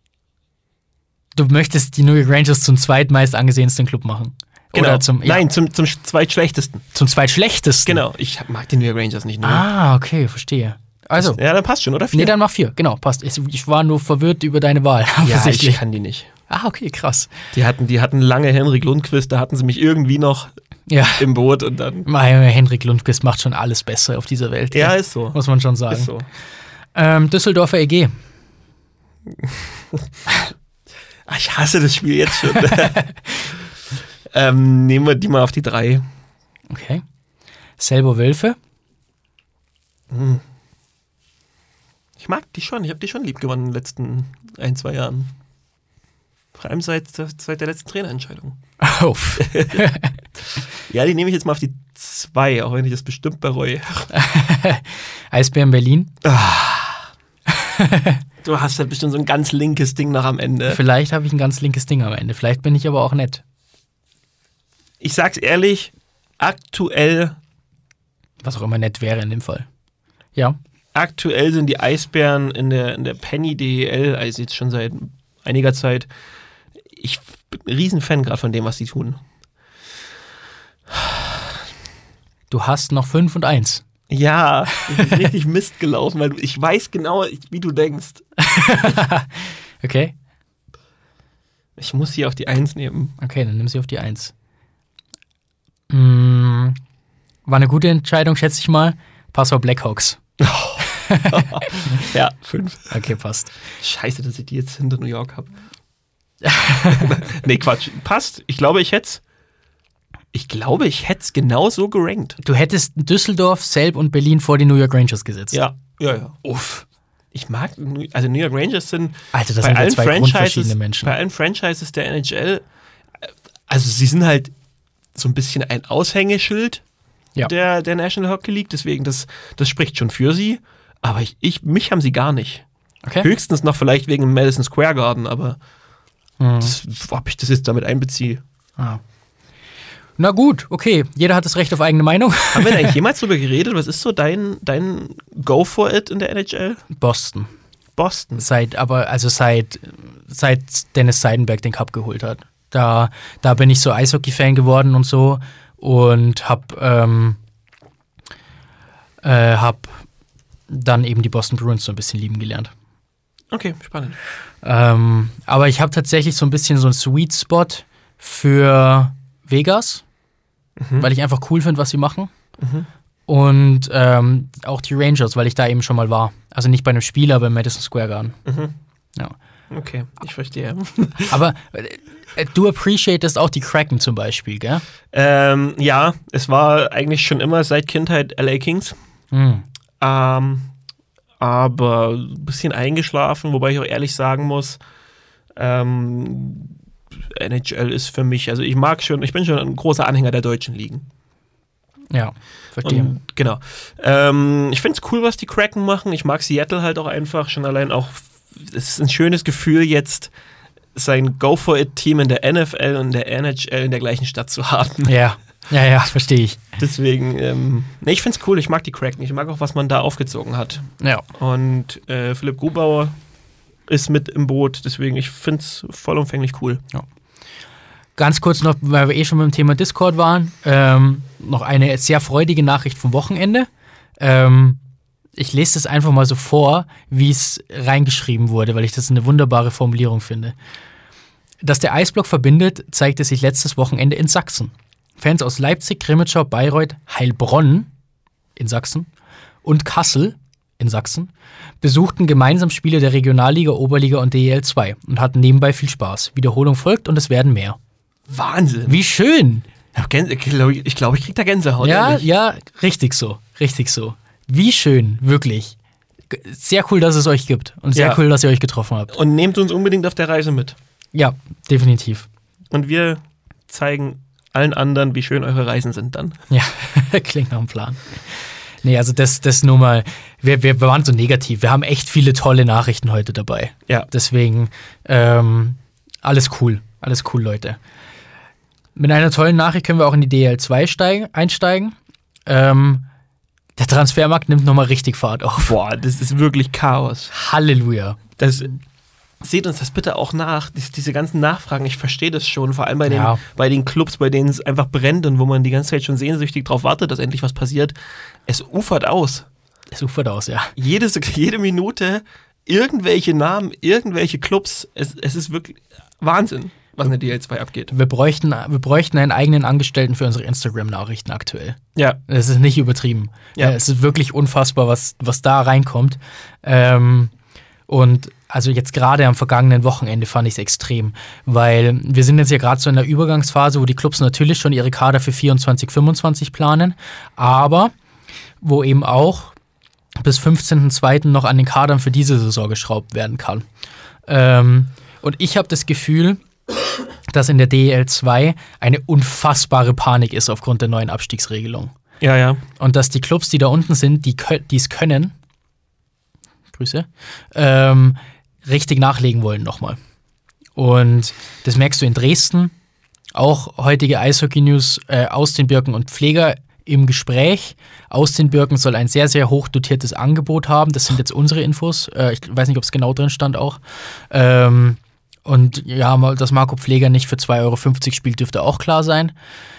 S1: Du möchtest die New York Rangers zum zweitmeist angesehensten Club machen.
S2: Genau.
S1: Oder zum, ja,
S2: Nein, zum, zum zweitschlechtesten.
S1: zum zweitschlechtesten.
S2: Genau. Ich mag die New York Rangers nicht nur.
S1: Ah, okay, verstehe. Also,
S2: Ja, dann passt schon, oder? Vier?
S1: nee, dann mach vier. Genau, passt. Ich, ich war nur verwirrt über deine Wahl.
S2: ja, ich
S1: offensichtlich.
S2: kann die nicht.
S1: Ah, okay, krass.
S2: Die hatten, die hatten lange Henrik Lundqvist, da hatten sie mich irgendwie noch
S1: Ja,
S2: im Boot und dann.
S1: Henrik Lundqvist macht schon alles besser auf dieser Welt.
S2: Ja, ist so.
S1: Muss man schon sagen.
S2: Ist so.
S1: Ähm, Düsseldorfer E G.
S2: Ach, ich hasse das Spiel jetzt schon. ähm, nehmen wir die mal auf die drei.
S1: Okay. Selber Wölfe.
S2: Ich mag die schon, ich habe die schon lieb gewonnen in den letzten ein, zwei Jahren. Vor allem seit, seit der letzten Trainerentscheidung.
S1: Oh.
S2: Ja, die nehme ich jetzt mal auf die zwei, auch wenn ich das bestimmt bereue.
S1: Eisbären Berlin.
S2: Du hast halt bestimmt so ein ganz linkes Ding noch am Ende.
S1: Vielleicht habe ich ein ganz linkes Ding am Ende. Vielleicht bin ich aber auch nett.
S2: Ich sag's ehrlich, aktuell,
S1: Was auch immer nett wäre in dem Fall. Ja.
S2: aktuell sind die Eisbären in der, in der Penny D E L, also jetzt schon seit einiger Zeit, ich bin ein Riesenfan gerade von dem, was sie tun.
S1: Du hast noch fünf und eins.
S2: Ja, ich bin richtig Mist gelaufen, weil ich weiß genau, wie du denkst.
S1: Okay.
S2: Ich muss sie auf die eins nehmen.
S1: Okay, dann nimm sie auf die eins. Mm, war eine gute Entscheidung, schätze ich mal. Passau Blackhawks.
S2: Ja, fünf.
S1: Okay, passt.
S2: Scheiße, dass ich die jetzt hinter New York habe. Nee, Quatsch. Passt. Ich glaube, ich hätte es. Ich glaube, ich hätte es genau so gerankt.
S1: Du hättest Düsseldorf, Selb und Berlin vor die New York Rangers gesetzt.
S2: Ja, ja, ja. Uff. Ich mag, also New York Rangers sind
S1: Alter, das
S2: bei
S1: sind ja
S2: allen
S1: zwei
S2: Franchises,
S1: grundverschiedene Menschen.
S2: bei allen Franchises der N H L, also sie sind halt so ein bisschen ein Aushängeschild
S1: Ja.
S2: der, der National Hockey League, deswegen das, das spricht schon für sie, aber ich, ich, mich haben sie gar nicht.
S1: Okay.
S2: Höchstens noch vielleicht wegen dem Madison Square Garden, aber
S1: Hm.
S2: Das, ob ich das jetzt damit einbeziehe.
S1: Ah. Na gut, okay. Jeder hat das Recht auf eigene Meinung.
S2: Haben wir da eigentlich jemals drüber geredet? Was ist so dein, dein Go for it in der N H L?
S1: Boston.
S2: Boston.
S1: Seit, aber also seit, seit Dennis Seidenberg den Cup geholt hat. Da, da bin ich so Eishockey-Fan geworden und so und hab, ähm, äh, hab dann eben die Boston Bruins so ein bisschen lieben gelernt.
S2: Okay, spannend.
S1: Ähm, aber ich habe tatsächlich so ein bisschen so einen Sweet Spot für Vegas,
S2: Mhm.
S1: weil ich einfach cool finde, was sie machen.
S2: Mhm.
S1: Und ähm, auch die Rangers, weil ich da eben schon mal war. Also nicht bei einem Spiel, aber im Madison Square Garden.
S2: Mhm.
S1: Ja.
S2: Okay, ich verstehe.
S1: Aber äh, du appreciatest auch die Kraken zum Beispiel, gell?
S2: ähm, ja, es war eigentlich schon immer seit Kindheit L A Kings.
S1: Hm.
S2: Ähm, aber ein bisschen eingeschlafen, wobei ich auch ehrlich sagen muss, ähm, N H L ist für mich, also ich mag schon, ich bin schon ein großer Anhänger der deutschen Ligen.
S1: Ja, verstehe.
S2: Und, genau. Ähm, ich finde es cool, was die Kraken machen. Ich mag Seattle halt auch einfach, schon allein auch, es ist ein schönes Gefühl jetzt, sein Go-For-It-Team in der N F L und in der N H L in der gleichen Stadt zu haben.
S1: Ja, ja, ja, verstehe ich.
S2: Deswegen, ähm, nee, ich finde es cool, ich mag die Kraken, ich mag auch, was man da aufgezogen hat.
S1: Ja.
S2: Und äh, Philipp Grubauer ist mit im Boot, deswegen, ich finde es vollumfänglich cool.
S1: Ganz kurz noch, weil wir eh schon beim Thema Discord waren, ähm, noch eine sehr freudige Nachricht vom Wochenende. Ähm, ich lese das einfach mal so vor, wie es reingeschrieben wurde, weil ich das eine wunderbare Formulierung finde. Dass der Eisblock verbindet, zeigte sich letztes Wochenende in Sachsen. Fans aus Leipzig, Grimmitschau, Bayreuth, Heilbronn in Sachsen und Kassel in Sachsen besuchten gemeinsam Spiele der Regionalliga, Oberliga und D E L zwei und hatten nebenbei viel Spaß. Wiederholung folgt und es werden mehr.
S2: Wahnsinn.
S1: Wie schön!
S2: Ich glaube, ich, glaub, ich, glaub, ich krieg da Gänsehaut.
S1: Ja,
S2: ehrlich.
S1: ja, richtig so, richtig so. Wie schön, wirklich. G- Sehr cool, dass es euch gibt und sehr
S2: Ja.
S1: cool, dass ihr euch getroffen habt.
S2: Und nehmt uns unbedingt auf der Reise mit.
S1: Ja, definitiv.
S2: Und wir zeigen allen anderen, wie schön eure Reisen sind dann.
S1: Ja, klingt nach einem Plan. Nee, also das, das nur mal, wir, wir waren so negativ. Wir haben echt viele tolle Nachrichten heute dabei.
S2: Ja.
S1: Deswegen, ähm, alles cool. Alles cool, Leute. Mit einer tollen Nachricht können wir auch in die D E L zwei steigen, einsteigen. Ähm, der Transfermarkt nimmt nochmal richtig Fahrt auf.
S2: Boah, das ist wirklich Chaos.
S1: Halleluja.
S2: Das, seht uns das bitte auch nach, Dies, diese ganzen Nachfragen, ich verstehe das schon, vor allem bei den,
S1: Ja.
S2: bei den Clubs, bei denen es einfach brennt und wo man die ganze Zeit schon sehnsüchtig drauf wartet, dass endlich was passiert. Es ufert aus.
S1: Es ufert aus, ja.
S2: Jede, Sek- jede Minute irgendwelche Namen, irgendwelche Clubs, es, es ist wirklich Wahnsinn, was in der D E L zwei abgeht.
S1: Wir bräuchten, wir bräuchten einen eigenen Angestellten für unsere Instagram-Nachrichten aktuell.
S2: Ja,
S1: Das ist nicht übertrieben.
S2: Ja.
S1: Äh, Es ist wirklich unfassbar, was, was da reinkommt. Ähm, und also jetzt gerade am vergangenen Wochenende fand ich es extrem, weil wir sind jetzt ja gerade so in der Übergangsphase, wo die Clubs natürlich schon ihre Kader für vierundzwanzig, fünfundzwanzig planen, aber wo eben auch bis fünfzehnten zweiten noch an den Kadern für diese Saison geschraubt werden kann. Ähm, und ich habe das Gefühl, dass in der D E L zwei eine unfassbare Panik ist aufgrund der neuen Abstiegsregelung.
S2: ja, ja.
S1: Und dass die Clubs, die da unten sind, die kö- die es können, Grüße, ähm, richtig nachlegen wollen nochmal. Und das merkst du in Dresden. Auch heutige Eishockey-News äh, aus den Birken und Pfleger im Gespräch. Aus den Birken soll ein sehr, sehr hoch dotiertes Angebot haben. Das sind jetzt unsere Infos. Äh, ich weiß nicht, ob es genau drin stand auch. Ähm, und ja, mal, dass Marco Pfleger nicht für zwei Euro fünfzig spielt, dürfte auch klar sein.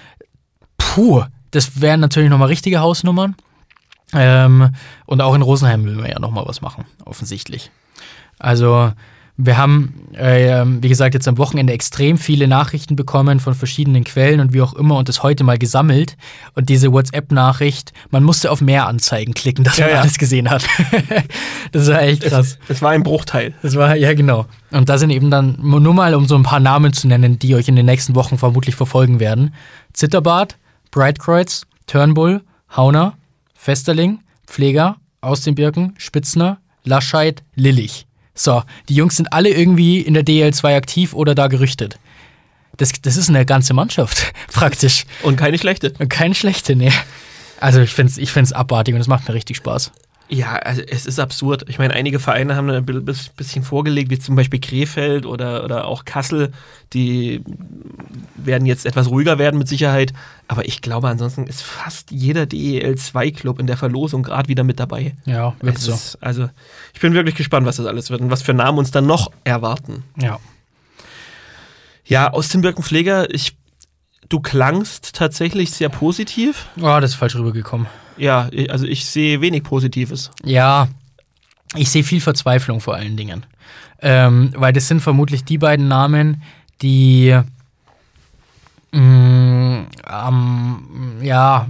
S1: Puh, das wären natürlich nochmal richtige Hausnummern. Ähm, und auch in Rosenheim will man ja nochmal was machen, offensichtlich. Also wir haben, äh, wie gesagt, jetzt am Wochenende extrem viele Nachrichten bekommen von verschiedenen Quellen und wie auch immer und das heute mal gesammelt. Und diese WhatsApp-Nachricht, man musste auf mehr Anzeigen klicken, dass
S2: Ja,
S1: man
S2: ja.
S1: alles gesehen hat. Das war echt krass.
S2: Es, es war ein Bruchteil.
S1: Das war, ja genau. Und da sind eben dann, nur mal um so ein paar Namen zu nennen, die euch in den nächsten Wochen vermutlich verfolgen werden. Zitterbart, Breitkreuz, Turnbull, Hauner, Festerling, Pfleger, Aus den Birken, Spitzner, Lascheid, Lillich. So, die Jungs sind alle irgendwie in der D E L zwei aktiv oder da gerüchtet. Das, das ist eine ganze Mannschaft, praktisch.
S2: Und keine schlechte.
S1: Und keine schlechte, nee. Also ich find's, ich find's abartig und es macht mir richtig Spaß.
S2: Ja, also es ist absurd. Ich meine, einige Vereine haben ein bisschen vorgelegt, wie zum Beispiel Krefeld oder, oder auch Kassel. Die werden jetzt etwas ruhiger werden mit Sicherheit. Aber ich glaube, ansonsten ist fast jeder D E L zwei Club in der Verlosung gerade wieder mit dabei.
S1: Ja, wirklich so.
S2: Ist, also ich bin wirklich gespannt, was das alles wird und was für Namen uns dann noch erwarten.
S1: Ja.
S2: Ja, aus dem Birkenpfleger, ich, du klangst tatsächlich sehr positiv.
S1: Oh, das ist falsch rübergekommen.
S2: Ja, also ich sehe wenig Positives.
S1: Ja, ich sehe viel Verzweiflung vor allen Dingen. Ähm, weil das sind vermutlich die beiden Namen, die mh, am, ja,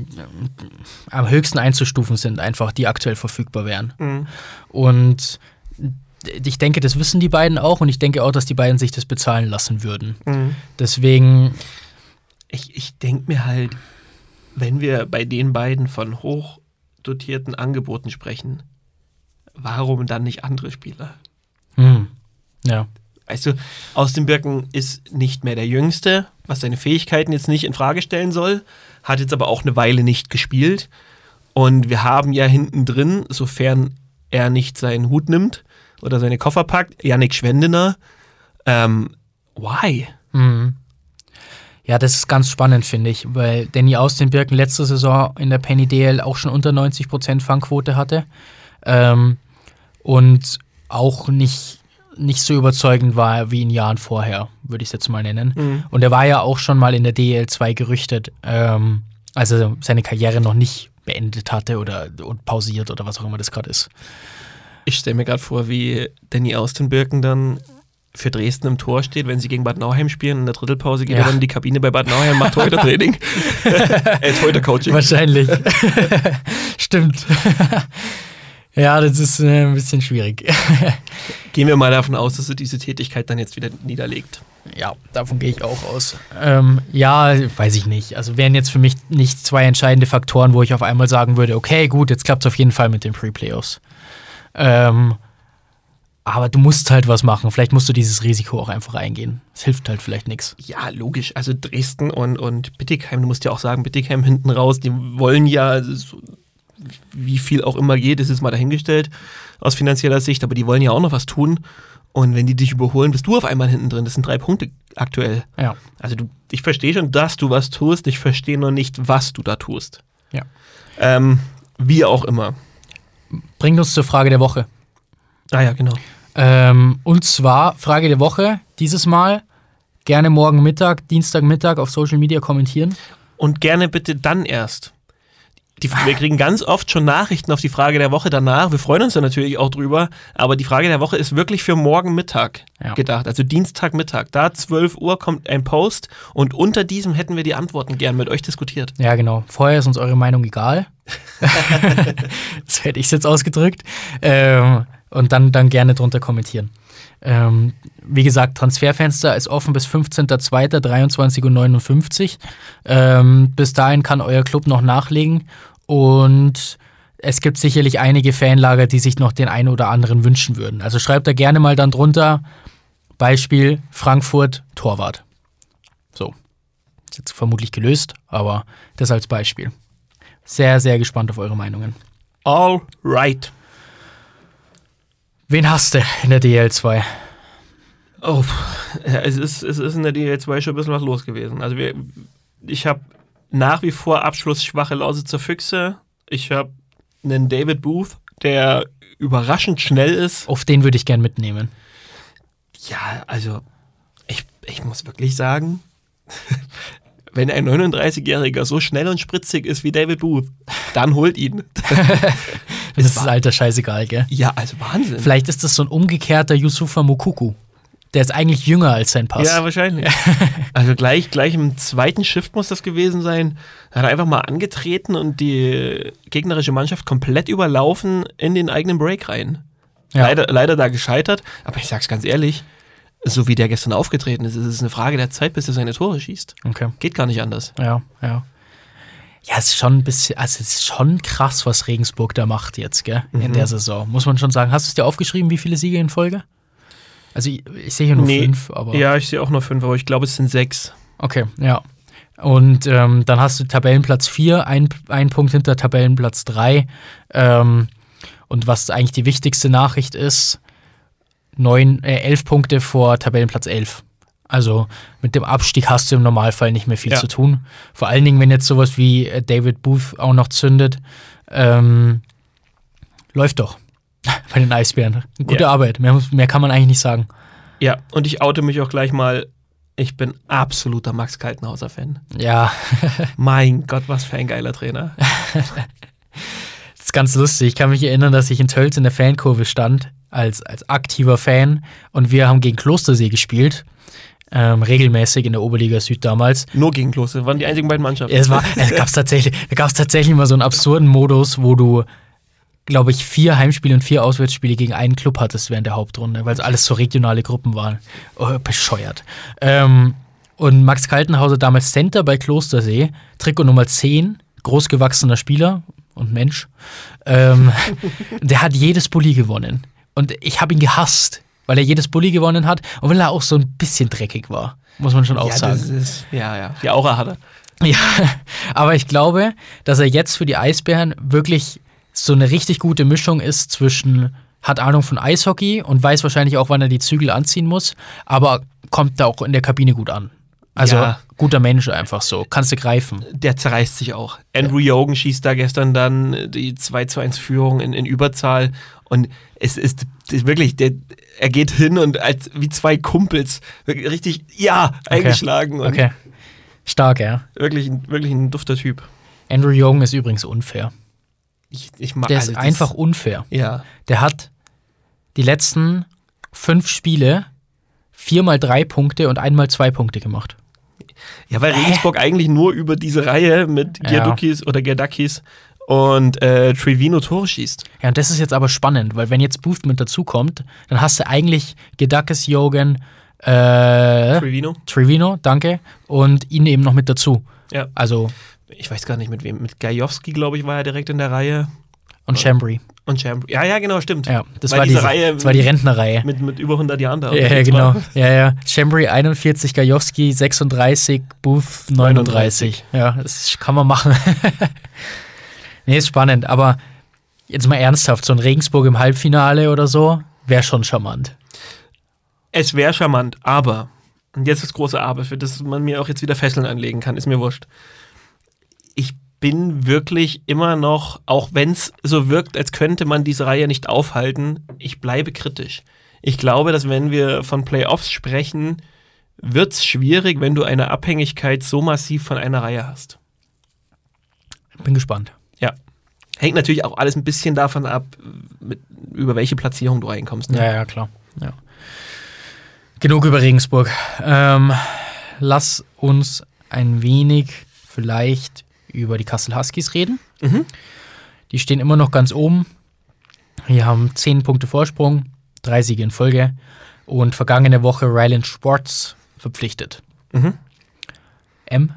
S1: am höchsten einzustufen sind, einfach, die aktuell verfügbar wären.
S2: Mhm.
S1: Und ich denke, das wissen die beiden auch und ich denke auch, dass die beiden sich das bezahlen lassen würden.
S2: Mhm.
S1: Deswegen.
S2: Ich, ich denke mir halt, wenn wir bei den beiden von hochdotierten Angeboten sprechen, warum dann nicht andere Spieler?
S1: Hm. Ja.
S2: Weißt du, aus dem Birken ist nicht mehr der Jüngste, was seine Fähigkeiten jetzt nicht in Frage stellen soll, hat jetzt aber auch eine Weile nicht gespielt. Und wir haben ja hinten drin, sofern er nicht seinen Hut nimmt oder seine Koffer packt, Yannick Schwendener. Ähm, why?
S1: Mhm. Ja, das ist ganz spannend, finde ich, weil Danny aus den Birken letzte Saison in der Penny D L auch schon unter neunzig Prozent Fangquote hatte ähm, und auch nicht, nicht so überzeugend war wie in Jahren vorher, würde ich es jetzt mal nennen.
S2: Mhm.
S1: Und er war ja auch schon mal in der D L zwei gerüchtet, ähm, als er seine Karriere noch nicht beendet hatte oder und pausiert oder was auch immer das gerade ist.
S2: Ich stelle mir gerade vor, wie Danny aus den Birken dann für Dresden im Tor steht, wenn sie gegen Bad Nauheim spielen. In der Drittelpause geht
S1: ja.
S2: er dann in die Kabine bei Bad Nauheim, macht heute Training. Er ist heute Coaching.
S1: Wahrscheinlich. Stimmt. Ja, das ist äh, ein bisschen schwierig.
S2: Gehen wir mal davon aus, dass er diese Tätigkeit dann jetzt wieder niederlegt.
S1: Ja, davon gehe ich auch aus. Ähm, ja, weiß ich nicht. Also wären jetzt für mich nicht zwei entscheidende Faktoren, wo ich auf einmal sagen würde, okay, gut, jetzt klappt es auf jeden Fall mit den Pre-Playoffs. Ähm, Aber du musst halt was machen. Vielleicht musst du dieses Risiko auch einfach eingehen. Es hilft halt vielleicht nichts.
S2: Ja, logisch. Also Dresden und, und Bietigheim, du musst ja auch sagen, Bietigheim hinten raus, die wollen ja, so, wie viel auch immer geht, das ist mal dahingestellt aus finanzieller Sicht, aber die wollen ja auch noch was tun. Und wenn die dich überholen, bist du auf einmal hinten drin. Das sind drei Punkte aktuell.
S1: Ja.
S2: Also du, ich verstehe schon, dass du was tust. Ich verstehe noch nicht, was du da tust.
S1: Ja.
S2: Ähm, wie auch immer.
S1: Bringt uns zur Frage der Woche.
S2: Ah ja, genau.
S1: Ähm, und zwar Frage der Woche, dieses Mal gerne morgen Mittag, Dienstagmittag auf Social Media kommentieren.
S2: Und gerne bitte dann erst. Die, wir kriegen ganz oft schon Nachrichten auf die Frage der Woche danach. Wir freuen uns da natürlich auch drüber. Aber die Frage der Woche ist wirklich für morgen Mittag
S1: ja.
S2: gedacht. Also Dienstagmittag. Da zwölf Uhr kommt ein Post und unter diesem hätten wir die Antworten gern mit euch diskutiert.
S1: Ja, genau. Vorher ist uns eure Meinung egal. So hätte ich es jetzt ausgedrückt. Ähm, und dann, dann gerne drunter kommentieren. Ähm, wie gesagt, Transferfenster ist offen bis fünfzehnter zweiter dreiundzwanzig Uhr neunundfünfzig. Ähm, bis dahin kann euer Club noch nachlegen und es gibt sicherlich einige Fanlager, die sich noch den einen oder anderen wünschen würden. Also schreibt da gerne mal dann drunter, Beispiel Frankfurt Torwart. So, ist jetzt vermutlich gelöst, aber das als Beispiel. Sehr, sehr gespannt auf eure Meinungen.
S2: All right.
S1: Wen hast du in der D L zwei?
S2: Oh, es ist, es ist in der D L zwei schon ein bisschen was los gewesen. Also wir, ich habe nach wie vor abschlussschwache Lausitzer Füchse. Ich habe einen David Booth, der überraschend schnell ist.
S1: Auf den würde ich gern mitnehmen.
S2: Ja, also ich, ich muss wirklich sagen, wenn ein neununddreißigjähriger so schnell und spritzig ist wie David Booth, dann holt ihn.
S1: Das ist das Alter scheißegal, gell?
S2: Ja, also Wahnsinn.
S1: Vielleicht ist das so ein umgekehrter Yusufa Moukoko. Der ist eigentlich jünger als sein Pass.
S2: Ja, wahrscheinlich. Also gleich, gleich im zweiten Shift muss das gewesen sein. Er hat einfach mal angetreten und die gegnerische Mannschaft komplett überlaufen in den eigenen Break rein.
S1: Ja.
S2: Leider, leider da gescheitert, aber ich sag's ganz ehrlich, so wie der gestern aufgetreten ist, ist es eine Frage der Zeit, bis er seine Tore schießt.
S1: Okay.
S2: Geht gar nicht anders.
S1: Ja, ja. Ja, es ist schon ein bisschen, also es ist schon krass, was Regensburg da macht jetzt, gell, in
S2: Mhm.
S1: der Saison. Muss man schon sagen. Hast du es dir aufgeschrieben, wie viele Siege in Folge? Also ich, ich sehe hier nur
S2: Nee.
S1: fünf, aber.
S2: Ja, ich sehe auch nur fünf, aber ich glaube, es sind sechs.
S1: Okay, ja. Und ähm, dann hast du Tabellenplatz vier, ein, ein Punkt hinter Tabellenplatz drei. Ähm, Und was eigentlich die wichtigste Nachricht ist, neun, äh, elf Punkte vor Tabellenplatz elf. Also mit dem Abstieg hast du im Normalfall nicht mehr viel
S2: Ja.
S1: zu tun. Vor allen Dingen, wenn jetzt sowas wie äh, David Booth auch noch zündet. Ähm, läuft doch bei den Eisbären. Gute
S2: Ja.
S1: Arbeit, mehr, muss- mehr kann man eigentlich nicht sagen.
S2: Ja, und ich oute mich auch gleich mal. Ich bin absoluter Max Kaltenhauser-Fan.
S1: Ja,
S2: Mein Gott, was für ein geiler Trainer.
S1: das ist ganz lustig. Ich kann mich erinnern, dass ich in Tölz in der Fankurve stand, als, als aktiver Fan. Und wir haben gegen Klostersee gespielt. Ähm, regelmäßig in der Oberliga Süd damals.
S2: Nur gegen Klose, waren die einzigen beiden Mannschaften.
S1: Es war, da gab es tatsächlich, da gab's tatsächlich mal so einen absurden Modus, wo du, glaube ich, vier Heimspiele und vier Auswärtsspiele gegen einen Club hattest während der Hauptrunde, weil es alles so regionale Gruppen waren. Oh, bescheuert. Ähm, und Max Kaltenhauser, damals Center bei Klostersee, Trikot Nummer zehn, großgewachsener Spieler und Mensch, ähm, der hat jedes Bulli gewonnen. Und ich habe ihn gehasst, weil er jedes Bulli gewonnen hat und weil er auch so ein bisschen dreckig war, muss man schon auch
S2: ja,
S1: sagen.
S2: das ist, ja, ja. Die Aura hat er.
S1: Ja, aber ich glaube, dass er jetzt für die Eisbären wirklich so eine richtig gute Mischung ist zwischen, hat Ahnung von Eishockey und weiß wahrscheinlich auch, wann er die Zügel anziehen muss, aber kommt da auch in der Kabine gut an. Also
S2: Ja.
S1: guter Mensch einfach so, kannst du greifen.
S2: Der zerreißt sich auch. Andrew Jogen schießt da gestern dann die zwei zu eins Führung in, in Überzahl und es ist, ist wirklich, der, er geht hin und als wie zwei Kumpels wirklich richtig, ja, eingeschlagen und
S1: Okay, stark, ja.
S2: wirklich, ein- wirklich ein dufter Typ.
S1: Andrew Young ist übrigens unfair.
S2: Ich, ich mag
S1: Der
S2: also
S1: ist
S2: das-
S1: einfach unfair.
S2: Ja.
S1: Der hat die letzten fünf Spiele viermal drei Punkte und einmal zwei Punkte gemacht.
S2: Ja, weil Regensburg eigentlich nur über diese Reihe mit
S1: Ja.
S2: Giardukis oder Giardakis und äh, Trevino Tore schießt.
S1: Ja, und das ist jetzt aber spannend, weil wenn jetzt Booth mit dazukommt, dann hast du eigentlich Gedakis, Jogan, äh,
S2: Trevino?
S1: Trevino, danke, und ihn eben noch mit dazu.
S2: Ja.
S1: Also,
S2: Ich weiß gar nicht mit wem. Mit Gajowski, glaube ich, war er direkt in der Reihe.
S1: und Chambry.
S2: Und Chambry. Ja, ja, genau, stimmt.
S1: Ja, das
S2: Weil
S1: war,
S2: diese
S1: diese,
S2: Reihe
S1: das war die Rentnerreihe.
S2: Mit, mit über hundert Jahren da.
S1: Ja, ja, genau. Ja, ja. Chambry einundvierzig, Gajowski sechsunddreißig, Booth neununddreißig. Ja, das kann man machen. Nee, ist spannend, aber jetzt mal ernsthaft, so ein Regensburg im Halbfinale oder so, wäre schon charmant.
S2: Es wäre charmant, aber, und jetzt das große Aber, für das man mir auch jetzt wieder Fesseln anlegen kann, ist mir wurscht. Ich bin wirklich immer noch, auch wenn es so wirkt, als könnte man diese Reihe nicht aufhalten, ich bleibe kritisch. Ich glaube, dass wenn wir von Playoffs sprechen, wird es schwierig, wenn du eine Abhängigkeit so massiv von einer Reihe hast.
S1: Bin gespannt.
S2: Ja. Hängt natürlich auch alles ein bisschen davon ab, mit, über welche Platzierung du reinkommst. Ne?
S1: Ja, ja, klar. Ja. Genug über Regensburg. Ähm, lass uns ein wenig vielleicht über die Kassel Huskies reden.
S2: Mhm.
S1: Die stehen immer noch ganz oben. Wir haben zehn Punkte Vorsprung, drei Siege in Folge und vergangene Woche Ryland Schwartz verpflichtet.
S2: Mhm.
S1: M?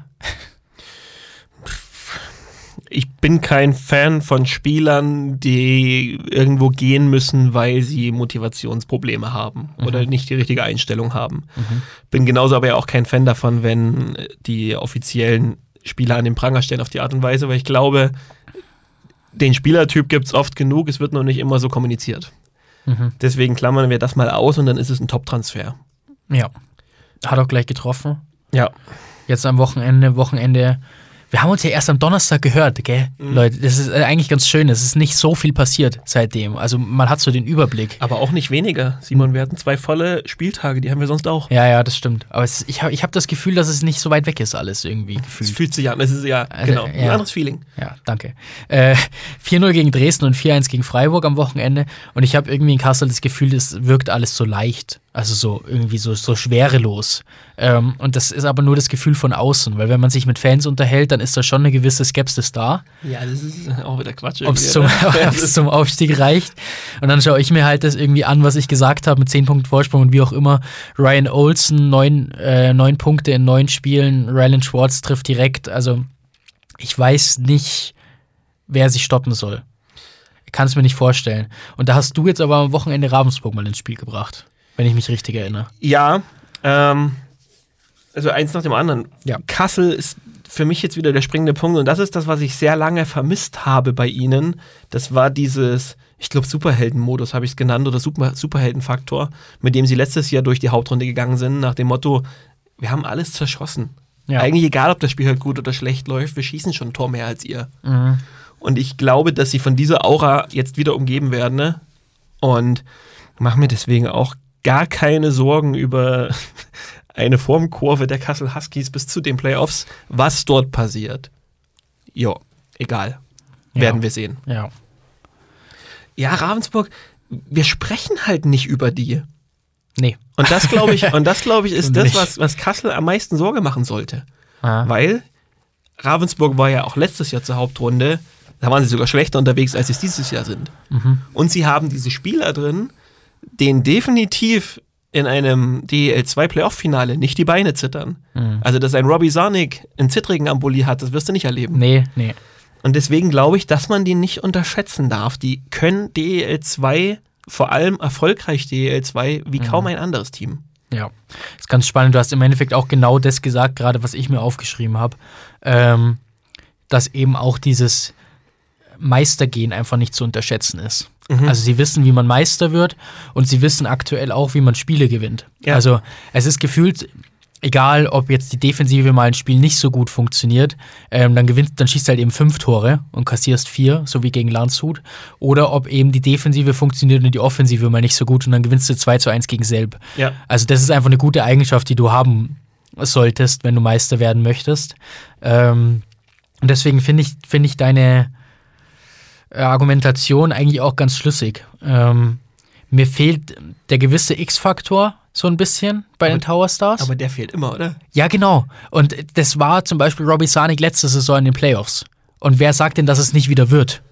S2: Ich bin kein Fan von Spielern, die irgendwo gehen müssen, weil sie Motivationsprobleme haben
S1: Mhm.
S2: oder nicht die richtige Einstellung haben.
S1: Mhm.
S2: Bin genauso aber ja auch kein Fan davon, wenn die offiziellen Spieler an den Pranger stellen auf die Art und Weise, weil ich glaube, den Spielertyp gibt es oft genug, es wird noch nicht immer so kommuniziert.
S1: Mhm.
S2: Deswegen klammern wir das mal aus und dann ist es ein Top-Transfer.
S1: Ja. Hat auch gleich getroffen.
S2: Ja.
S1: Jetzt am Wochenende, Wochenende. Wir haben uns ja erst am Donnerstag gehört, gell?
S2: Mhm.
S1: Leute, das ist äh, eigentlich ganz schön. Es ist nicht so viel passiert seitdem. Also man hat so den Überblick.
S2: Aber auch nicht weniger. Simon, wir hatten zwei volle Spieltage, die haben wir sonst auch.
S1: Ja, ja, das stimmt. Aber es, ich habe ich hab das Gefühl, dass es nicht so weit weg ist, alles irgendwie
S2: Es
S1: gefühlt.
S2: fühlt sich an, es ist ja,
S1: Also,
S2: genau, ein
S1: ja.
S2: anderes Feeling.
S1: Ja, danke. Äh, vier null gegen Dresden und vier eins gegen Freiburg am Wochenende. Und ich habe irgendwie in Kassel das Gefühl, es wirkt alles so leicht. Also so irgendwie so, so schwerelos. Ähm, und das ist aber nur das Gefühl von außen. Weil wenn man sich mit Fans unterhält, dann ist da schon eine gewisse Skepsis da.
S2: Ja, das ist auch wieder Quatsch.
S1: Ob es zum, ob's zum Aufstieg reicht. Und dann schaue ich mir halt das irgendwie an, was ich gesagt habe, mit zehn Punkten Vorsprung und wie auch immer. Ryan Olsen, neun, äh, neun Punkte in neun Spielen. Ryland Schwartz trifft direkt. Also ich weiß nicht, wer sich stoppen soll. Ich kann es mir nicht vorstellen. Und da hast du jetzt aber am Wochenende Ravensburg mal ins Spiel gebracht, wenn ich mich richtig erinnere.
S2: Ja, ähm, also eins nach dem anderen.
S1: Ja.
S2: Kassel ist für mich jetzt wieder der springende Punkt und das ist das, was ich sehr lange vermisst habe bei ihnen. Das war dieses, ich glaube, Superheldenmodus habe ich es genannt oder Super, Superheldenfaktor, mit dem sie letztes Jahr durch die Hauptrunde gegangen sind, nach dem Motto, wir haben alles zerschossen.
S1: Ja.
S2: Eigentlich egal, ob das Spiel halt gut oder schlecht läuft, wir schießen schon ein Tor mehr als ihr.
S1: Mhm.
S2: Und ich glaube, dass sie von dieser Aura jetzt wieder umgeben werden, ne? Und mache mir deswegen auch gar keine Sorgen über eine Formkurve der Kassel Huskies bis zu den Playoffs, was dort passiert. Jo, egal.
S1: Ja.
S2: Werden wir sehen.
S1: Ja.
S2: Ja, Ravensburg, wir sprechen halt nicht über die.
S1: Nee.
S2: Und das, glaube ich, und das, glaube ich, ist das,
S1: Nicht.
S2: was, was Kassel am meisten Sorge machen sollte.
S1: Ah.
S2: Weil Ravensburg war ja auch letztes Jahr zur Hauptrunde, da waren sie sogar schlechter unterwegs, als sie es dieses Jahr sind.
S1: Mhm.
S2: Und sie haben diese Spieler drin, denen definitiv in einem D E L zwei Playoff-Finale nicht die Beine zittern.
S1: Mhm.
S2: Also, dass ein Robbie Sarnik einen zittrigen Ambuli hat, das wirst du nicht erleben.
S1: Nee, nee.
S2: Und deswegen glaube ich, dass man die nicht unterschätzen darf. Die können D E L zwei, vor allem erfolgreich D E L zwei, wie
S1: Mhm.
S2: kaum ein anderes Team.
S1: Ja, ist ganz spannend. Du hast im Endeffekt auch genau das gesagt, gerade was ich mir aufgeschrieben habe, ähm, dass eben auch dieses Meistergehen einfach nicht zu unterschätzen ist.
S2: Mhm.
S1: Also sie wissen, wie man Meister wird und sie wissen aktuell auch, wie man Spiele gewinnt.
S2: Ja.
S1: Also es ist gefühlt, egal ob jetzt die Defensive mal ein Spiel nicht so gut funktioniert, ähm, dann gewinnt, dann schießt du halt eben fünf Tore und kassierst vier, so wie gegen Landshut. Oder ob eben die Defensive funktioniert und die Offensive mal nicht so gut und dann gewinnst du zwei zu eins gegen Selb.
S2: Ja.
S1: Also das ist einfach eine gute Eigenschaft, die du haben solltest, wenn du Meister werden möchtest. Ähm, und deswegen finde ich, finde ich deine äh, Argumentation eigentlich auch ganz schlüssig. Ähm, mir fehlt der gewisse X-Faktor so ein bisschen bei
S2: Aber-
S1: den Tower Stars.
S2: Aber der fehlt immer, oder?
S1: Ja, genau. Und das war zum Beispiel Robbie Sarnik letzte Saison in den Playoffs. Und wer sagt denn, dass es nicht wieder wird?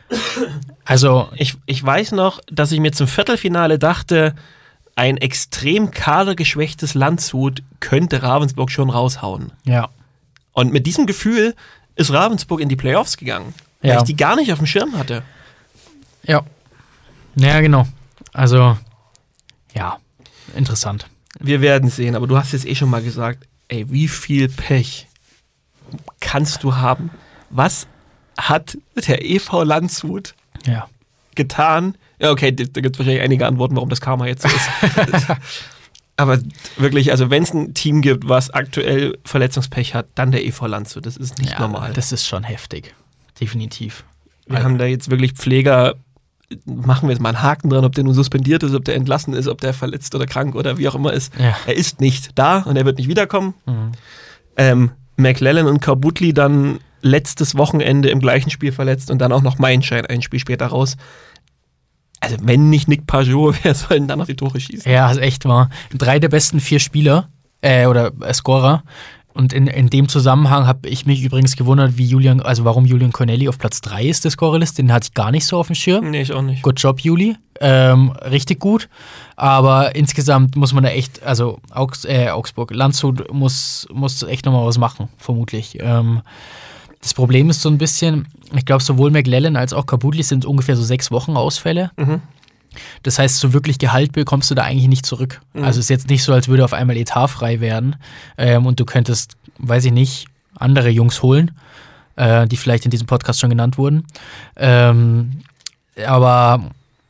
S1: Also,
S2: Ich, ich weiß noch, dass ich mir zum Viertelfinale dachte, ein extrem kadergeschwächtes Landshut könnte Ravensburg schon raushauen.
S1: ja.
S2: Und mit diesem Gefühl ist Ravensburg in die Playoffs gegangen, weil
S1: Ja.
S2: ich die gar nicht auf dem Schirm hatte.
S1: Ja. Ja, genau. Also, ja, interessant.
S2: Wir werden sehen, aber du hast jetzt eh schon mal gesagt, ey, wie viel Pech kannst du haben? Was hat der E V Landshut
S1: Ja.
S2: getan? Ja, okay, da gibt es wahrscheinlich einige Antworten, warum das Karma jetzt so ist. Aber wirklich, also wenn es ein Team gibt, was aktuell Verletzungspech hat, dann der E V Landshut. Das ist nicht
S1: ja,
S2: normal.
S1: Das ist schon heftig. Definitiv.
S2: Wir haben da jetzt wirklich Pfleger, machen wir jetzt mal einen Haken dran, ob der nun suspendiert ist, ob der entlassen ist, ob der verletzt oder krank oder wie auch immer ist.
S1: Ja.
S2: Er ist nicht da und er wird nicht wiederkommen.
S1: Mhm.
S2: Ähm, McLellan und Kabutli dann letztes Wochenende im gleichen Spiel verletzt und dann auch noch Meinschein ein Spiel später raus. Also wenn nicht Nick Pajot, wer soll denn dann noch die Tore schießen?
S1: Ja, ist echt wahr. Drei der besten vier Spieler äh, oder äh, Scorer. Und in, in dem Zusammenhang habe ich mich übrigens gewundert, wie Julian, also warum Julian Corneli auf Platz drei ist der Scorerliste. Den hatte ich gar nicht so auf dem Schirm.
S2: Nee, ich auch nicht.
S1: Good job, Juli. Ähm, richtig gut. Aber insgesamt muss man da echt, also Augs, äh, Augsburg, Landshut muss, muss echt nochmal was machen, vermutlich. Ähm, das Problem ist so ein bisschen, ich glaube, sowohl McLellan als auch Kabutli sind ungefähr so sechs Wochen Ausfälle.
S2: Mhm.
S1: Das heißt, so wirklich Gehalt bekommst du da eigentlich nicht zurück.
S2: Mhm.
S1: Also es ist jetzt nicht so, als würde auf einmal Etat frei werden ähm, und du könntest, weiß ich nicht, andere Jungs holen, äh, die vielleicht in diesem Podcast schon genannt wurden. Ähm, aber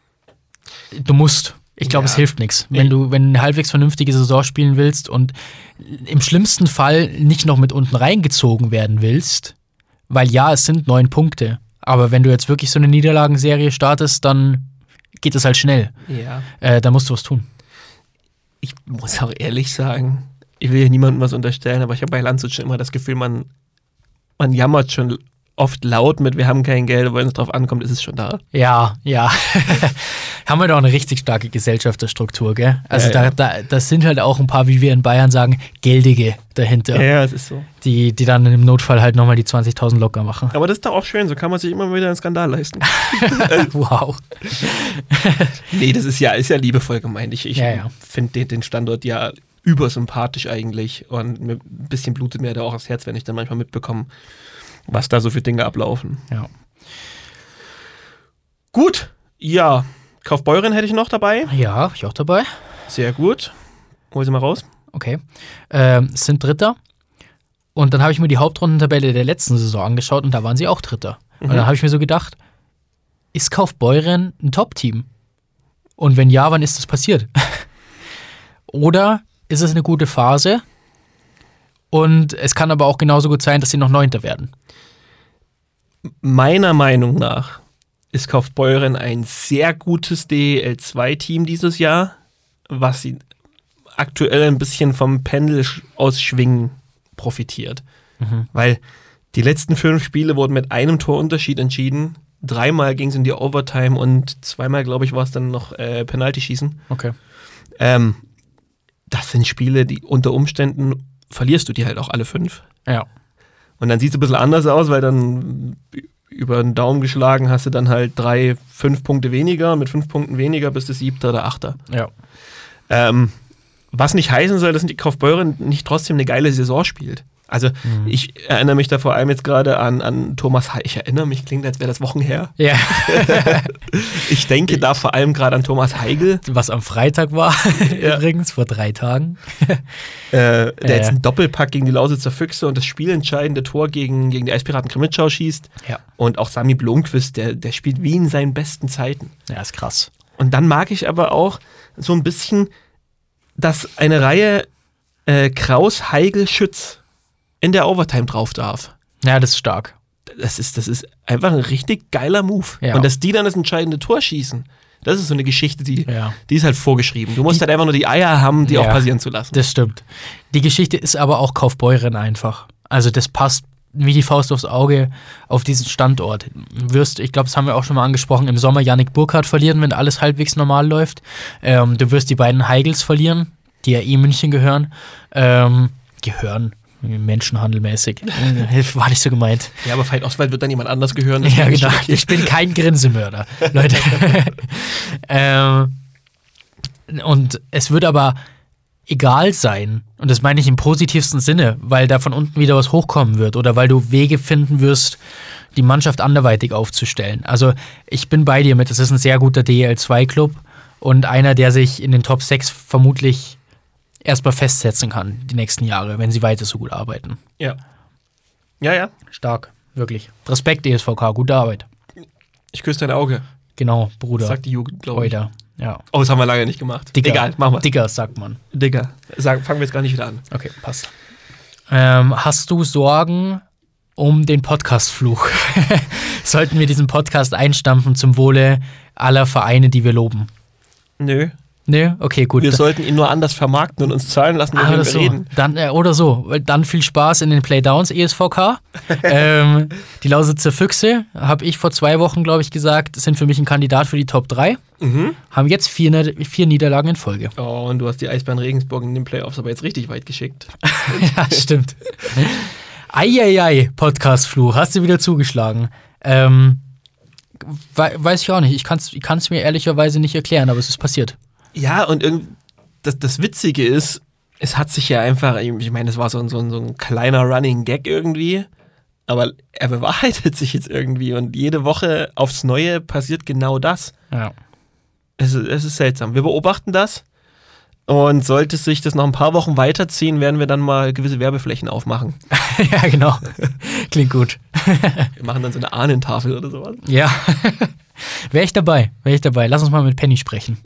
S1: du musst. Ich glaube,
S2: Ja.
S1: es hilft nichts. Wenn du, wenn du eine halbwegs vernünftige Saison spielen willst und im schlimmsten Fall nicht noch mit unten reingezogen werden willst, weil ja, es sind neun Punkte, aber wenn du jetzt wirklich so eine Niederlagenserie startest, dann geht es halt schnell.
S2: Ja.
S1: Äh, da musst du was tun.
S2: Ich muss auch ehrlich sagen, ich will hier niemandem was unterstellen, aber ich habe bei Landshut schon immer das Gefühl, man, man jammert schon oft laut mit, wir haben kein Geld, aber wenn es drauf ankommt, ist es schon da.
S1: Ja, ja. Haben wir doch eine richtig starke Gesellschaftsstruktur, gell? Also
S2: Ja,
S1: da,
S2: ja.
S1: da das sind halt auch ein paar, wie wir in Bayern sagen, Geldige dahinter,
S2: Ja, es ist so.
S1: die, die dann im Notfall halt nochmal die zwanzigtausend locker machen.
S2: Aber das ist doch auch schön, so kann man sich immer wieder einen Skandal leisten.
S1: Wow.
S2: Nee, das ist ja, ist ja liebevoll gemeint. Ich, ich
S1: Ja, ja.
S2: finde den, den Standort ja übersympathisch eigentlich und mir, ein bisschen blutet mir da auch das Herz, wenn ich dann manchmal mitbekomme, was da so für Dinge ablaufen.
S1: Ja.
S2: Gut, ja. Kaufbeuren hätte ich noch dabei.
S1: Ja, hab ich auch dabei.
S2: Sehr gut. Hol sie mal raus.
S1: Okay. Ähm, sind Dritter. Und dann habe ich mir die Hauptrundentabelle der letzten Saison angeschaut und da waren sie auch Dritter. Und
S2: Mhm.
S1: dann habe ich mir so gedacht, ist Kaufbeuren ein Top-Team? Und wenn ja, wann ist das passiert? Oder ist es eine gute Phase? Und es kann aber auch genauso gut sein, dass sie noch Neunter werden.
S2: Meiner Meinung nach ist Kaufbeuren ein sehr gutes D E L zwei Team dieses Jahr, was sie aktuell ein bisschen vom Pendel ausschwingen profitiert.
S1: Mhm.
S2: Weil die letzten fünf Spiele wurden mit einem Torunterschied entschieden. Dreimal ging es in die Overtime und zweimal, glaube ich, war es dann noch äh, Penalty-Schießen.
S1: Okay.
S2: Ähm, das sind Spiele, die unter Umständen verlierst du die halt auch alle fünf.
S1: Ja.
S2: Und dann sieht es ein bisschen anders aus, weil dann über den Daumen geschlagen hast du dann halt drei, fünf Punkte weniger. Mit fünf Punkten weniger bist du Siebter oder Achter.
S1: Ja.
S2: Ähm, was nicht heißen soll, dass die Kaufbeuren nicht trotzdem eine geile Saison spielt. Also
S1: Mhm.
S2: ich erinnere mich da vor allem jetzt gerade an, an Thomas Heigl. Ich erinnere mich, klingt, als wäre das Wochen her.
S1: Ja.
S2: Ich denke da vor allem gerade an Thomas Heigl,
S1: Was am Freitag war,
S2: Ja.
S1: übrigens, vor drei Tagen.
S2: äh, der
S1: Ja,
S2: jetzt
S1: ja.
S2: einen Doppelpack gegen die Lausitzer Füchse und das spielentscheidende Tor gegen, gegen die Eispiraten Krimitschau schießt.
S1: Ja.
S2: Und auch Sami Blomqvist, der, der spielt wie in seinen besten Zeiten.
S1: Ja, ist krass.
S2: Und dann mag ich aber auch so ein bisschen, dass eine Reihe äh, Kraus, Heigl, Schütz in der Overtime drauf darf.
S1: Ja, das ist stark.
S2: Das ist, das ist einfach ein richtig geiler Move.
S1: Ja.
S2: Und dass die dann das entscheidende Tor schießen, das ist so eine Geschichte, die,
S1: Ja.
S2: die ist halt vorgeschrieben. Du musst
S1: Die-
S2: halt einfach nur die Eier haben, die
S1: Ja.
S2: auch passieren zu lassen.
S1: Das stimmt. Die Geschichte ist aber auch Kaufbeuren einfach. Also das passt wie die Faust aufs Auge auf diesen Standort. Du wirst, ich glaube, das haben wir auch schon mal angesprochen, im Sommer Yannick Burkhardt verlieren, wenn alles halbwegs normal läuft. Ähm, du wirst die beiden Heigls verlieren, die ja eh München gehören. Ähm, gehören. Menschenhandelmäßig. Hilfe, war nicht so gemeint.
S2: Ja, aber Veit Oswald wird dann jemand anders gehören.
S1: Ja, genau. Ich bin kein Grinsemörder, Leute. ähm, und es wird aber egal sein, und das meine ich im positivsten Sinne, weil da von unten wieder was hochkommen wird oder weil du Wege finden wirst, die Mannschaft anderweitig aufzustellen. Also ich bin bei dir mit, es ist ein sehr guter D E L zwei Club und einer, der sich in den Top sechs vermutlich erstmal festsetzen kann, die nächsten Jahre, wenn sie weiter so gut arbeiten.
S2: Ja. Ja, ja.
S1: Stark, wirklich. Respekt, E S V K, gute Arbeit.
S2: Ich küsse dein Auge,
S1: Genau, Bruder.
S2: sagt die Jugend, glaube ich.
S1: Heute, ja.
S2: Oh, das haben wir lange nicht gemacht.
S1: Digger.
S2: Egal, machen wir.
S1: Digger, sagt man.
S2: Digger. Sag, fangen wir jetzt gar nicht wieder an.
S1: Okay, passt. Ähm, hast du Sorgen um den Podcast-Fluch? Sollten wir diesen Podcast einstampfen zum Wohle aller Vereine, die wir loben?
S2: Nö.
S1: Nö? Okay, gut.
S2: Wir sollten ihn nur anders vermarkten und uns zahlen lassen, wenn
S1: Ah,
S2: wir
S1: oder so.
S2: reden.
S1: Dann, äh, oder so. Weil Dann viel Spaß in den Playdowns, E S V K. ähm, die Lausitzer Füchse, habe ich vor zwei Wochen, glaube ich, gesagt, sind für mich ein Kandidat für die Top drei.
S2: Mhm.
S1: Haben jetzt vier, Ne- vier Niederlagen in Folge.
S2: Oh, und du hast die Eisbären Regensburg in den Playoffs aber jetzt richtig weit geschickt.
S1: Ja, stimmt. Eieiei, Podcast-Fluch, hast du wieder zugeschlagen. Ähm, we weiß ich auch nicht. Ich kann es ich kann's mir ehrlicherweise nicht erklären, aber es ist passiert.
S2: Ja, und irgend, das, das Witzige ist, es hat sich ja einfach, ich meine, es war so ein, so, ein, so ein kleiner Running Gag irgendwie, aber er bewahrheitet sich jetzt irgendwie und jede Woche aufs Neue passiert genau das.
S1: Ja.
S2: Es, ist- es ist seltsam. Wir beobachten das und sollte sich das noch ein paar Wochen weiterziehen, werden wir dann mal gewisse Werbeflächen aufmachen.
S1: Ja, genau. Klingt gut.
S2: Wir machen dann so eine Ahnentafel oder sowas.
S1: Ja. Wäre ich dabei. Wäre ich dabei. Lass uns mal mit Penny sprechen.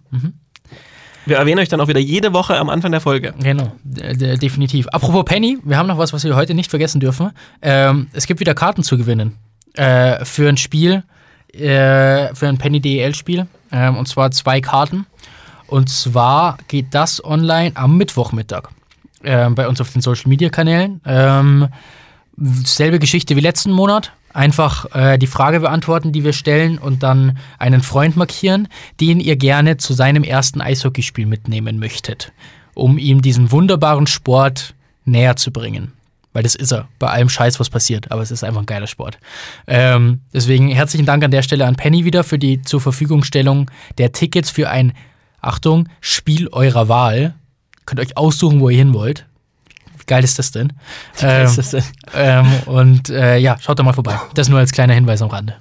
S2: Wir erwähnen euch dann auch wieder jede Woche am Anfang der Folge.
S1: Genau, de de definitiv. Apropos Penny, wir haben noch was, was wir heute nicht vergessen dürfen. Ähm, es gibt wieder Karten zu gewinnen. Äh, für ein Spiel, äh, für ein Penny D E L-Spiel. Ähm, und zwar zwei Karten. Und zwar geht das online am Mittwochmittag. Ähm, bei uns auf den Social-Media-Kanälen. Ähm, selbe Geschichte wie letzten Monat. Einfach äh, die Frage beantworten, die wir stellen und dann einen Freund markieren, den ihr gerne zu seinem ersten Eishockeyspiel mitnehmen möchtet, um ihm diesen wunderbaren Sport näher zu bringen. Weil das ist er, bei allem Scheiß, was passiert, aber es ist einfach ein geiler Sport. Ähm, deswegen herzlichen Dank an der Stelle an Penny wieder für die zur Verfügungstellung der Tickets für ein, Achtung, Spiel eurer Wahl. Könnt euch aussuchen, wo ihr hin wollt. Wie geil ist das denn?
S2: geil ist das denn?
S1: Ähm, und äh, ja, schaut da mal vorbei. Das nur als kleiner Hinweis am Rande.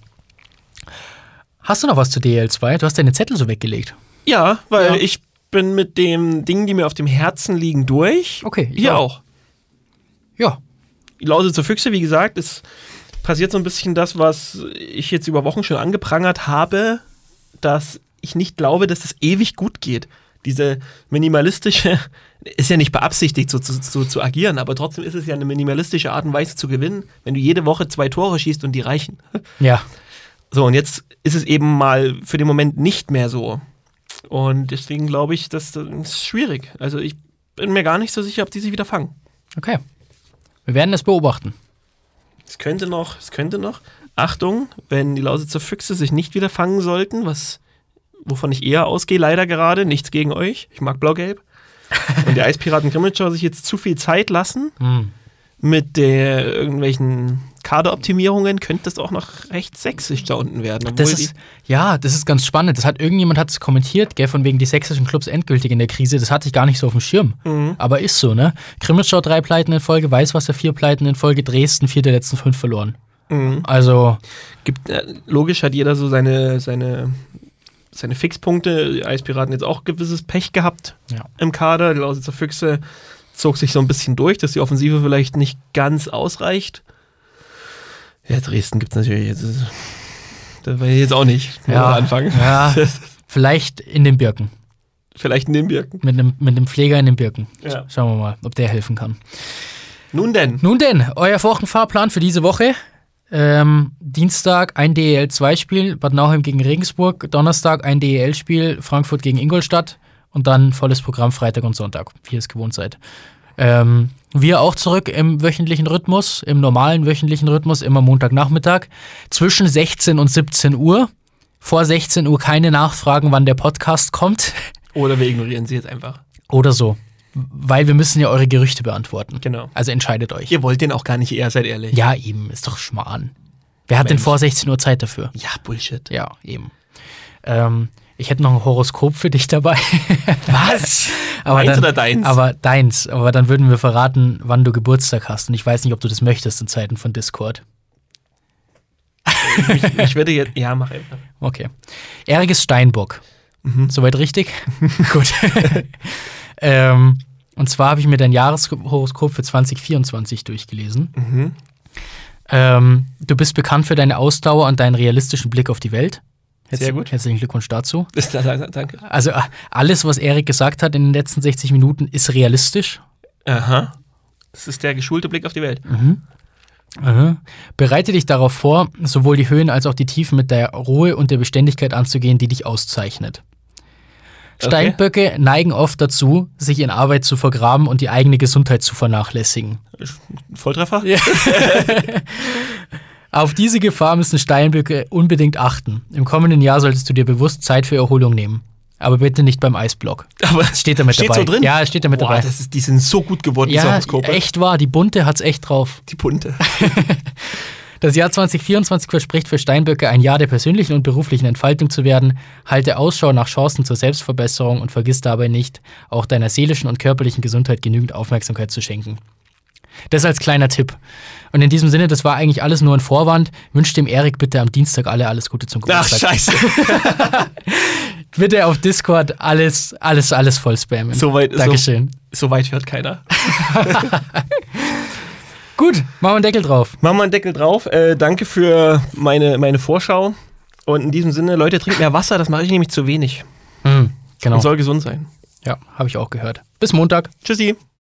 S1: Hast du noch was zu D E L zwei? Du hast deine Zettel so weggelegt.
S2: Ja, weil
S1: Ja.
S2: ich bin mit den Dingen, die mir auf dem Herzen liegen, durch.
S1: Okay, ich
S2: Hier
S1: auch.
S2: auch.
S1: Ja.
S2: Die Lausitzer Füchse, wie gesagt, ist passiert so ein bisschen das, was ich jetzt über Wochen schon angeprangert habe, dass ich nicht glaube, dass das ewig gut geht. Diese minimalistische, ist ja nicht beabsichtigt, so, so, so zu agieren, aber trotzdem ist es ja eine minimalistische Art und Weise zu gewinnen, wenn du jede Woche zwei Tore schießt und die reichen.
S1: Ja.
S2: So, und jetzt ist es eben mal für den Moment nicht mehr so. Und deswegen glaube ich, dass das ist schwierig. Also ich bin mir gar nicht so sicher, ob die sich wieder fangen.
S1: Okay. Wir werden es beobachten.
S2: Es könnte noch, es könnte noch. Achtung, wenn die Lausitzer Füchse sich nicht wieder fangen sollten, was, wovon ich eher ausgehe, leider gerade, nichts gegen euch. Ich mag Blau-Gelb. Und die Eispiraten Grimmitschau sich jetzt zu viel Zeit lassen
S1: Hm.
S2: mit der irgendwelchen Kaderoptimierungen, könnte das auch noch recht sächsisch da unten werden.
S1: Das
S2: obwohl
S1: ist, ja, das ist ganz spannend. Das hat irgendjemand hat es kommentiert, gell, von wegen die sächsischen Clubs endgültig in der Krise. Das hatte ich gar nicht so auf dem Schirm.
S2: Mhm.
S1: Aber ist so, ne? Grimmitschau drei Pleiten in Folge, Weißwasser vier Pleiten in Folge, Dresden vier der letzten fünf verloren.
S2: Mhm.
S1: Also,
S2: Gibt, äh, logisch hat jeder so seine, seine, seine Fixpunkte. Die Eispiraten jetzt auch gewisses Pech gehabt
S1: ja.
S2: im Kader. Die Lausitzer Füchse zog sich so ein bisschen durch, dass die Offensive vielleicht nicht ganz ausreicht. Ja, Dresden gibt es natürlich jetzt. Das weiß ich jetzt auch nicht.
S1: Ja,
S2: anfangen.
S1: ja, vielleicht in den Birken.
S2: Vielleicht in den Birken.
S1: Mit einem, mit einem Pfleger in den Birken.
S2: Ja.
S1: Schauen wir mal, ob der helfen kann.
S2: Nun denn.
S1: Nun denn, euer Wochenfahrplan für diese Woche. Ähm, Dienstag ein D E L zwei Spiel, Bad Nauheim gegen Regensburg. Donnerstag ein D E L-Spiel, Frankfurt gegen Ingolstadt. Und dann volles Programm Freitag und Sonntag, wie ihr es gewohnt seid. Ähm, wir auch zurück im wöchentlichen Rhythmus, im normalen wöchentlichen Rhythmus, immer Montagnachmittag, zwischen sechzehn und siebzehn Uhr. Vor sechzehn Uhr keine Nachfragen, wann der Podcast kommt.
S2: Oder wir ignorieren sie jetzt einfach.
S1: Oder so. Weil wir müssen ja eure Gerüchte beantworten.
S2: Genau.
S1: Also entscheidet euch.
S2: Ihr wollt den auch gar nicht eher, seid ehrlich.
S1: Ja, eben, ist doch Schmarrn. Wer hat
S2: Mensch.
S1: denn vor sechzehn Uhr Zeit dafür?
S2: Ja, Bullshit.
S1: Ja, eben. Ähm, ich hätte noch ein Horoskop für dich dabei.
S2: Was?
S1: aber
S2: Meins
S1: dann,
S2: oder deins?
S1: Aber deins. Aber dann würden wir verraten, wann du Geburtstag hast. Und ich weiß nicht, ob du das möchtest in Zeiten von Discord.
S2: ich, ich würde jetzt. Ja, mach einfach.
S1: Okay. Erik ist Steinbock.
S2: Mhm.
S1: Soweit richtig? Gut. ähm, und zwar habe ich mir dein Jahreshoroskop für zwanzig vierundzwanzig durchgelesen.
S2: Mhm.
S1: Ähm, du bist bekannt für deine Ausdauer und deinen realistischen Blick auf die Welt.
S2: Sehr gut.
S1: Herzlichen Glückwunsch dazu.
S2: Das, danke.
S1: Also äh, alles, was Erik gesagt hat in den letzten sechzig Minuten, ist realistisch.
S2: Aha. Das ist der geschulte Blick auf die Welt.
S1: Mhm. Aha. Bereite dich darauf vor, sowohl die Höhen als auch die Tiefen mit der Ruhe und der Beständigkeit anzugehen, die dich auszeichnet.
S2: Okay.
S1: Steinböcke neigen oft dazu, sich in Arbeit zu vergraben und die eigene Gesundheit zu vernachlässigen.
S2: Volltreffer?
S1: Ja. Auf diese Gefahr müssen Steinböcke unbedingt achten. Im kommenden Jahr solltest du dir bewusst Zeit für Erholung nehmen. Aber bitte nicht beim Eisblock.
S2: Aber
S1: Steht da mit
S2: steht
S1: dabei.
S2: so drin?
S1: Ja, steht da mit
S2: Boah,
S1: dabei.
S2: das ist, die sind so gut geworden, diese
S1: Ja,
S2: Horoskope.
S1: echt wahr. Die Bunte hat's echt drauf.
S2: Die Bunte.
S1: Das Jahr zwanzig vierundzwanzig verspricht für Steinböcke ein Jahr der persönlichen und beruflichen Entfaltung zu werden. Halte Ausschau nach Chancen zur Selbstverbesserung und vergiss dabei nicht, auch deiner seelischen und körperlichen Gesundheit genügend Aufmerksamkeit zu schenken. Das als kleiner Tipp. Und in diesem Sinne, das war eigentlich alles nur ein Vorwand. Wünsch dem Erik bitte am Dienstag alle alles Gute zum
S2: Ach,
S1: Geburtstag.
S2: scheiße.
S1: Bitte auf Discord alles, alles, alles voll spammen.
S2: So weit,
S1: Dankeschön.
S2: So, so weit hört keiner.
S1: Gut, machen wir einen Deckel drauf.
S2: Machen wir einen Deckel drauf. Äh, danke für meine, meine Vorschau. Und in diesem Sinne, Leute, trinkt mehr Wasser. Das mache ich nämlich zu wenig.
S1: Mhm, genau.
S2: Und soll gesund sein.
S1: Ja, habe ich auch gehört. Bis Montag.
S2: Tschüssi.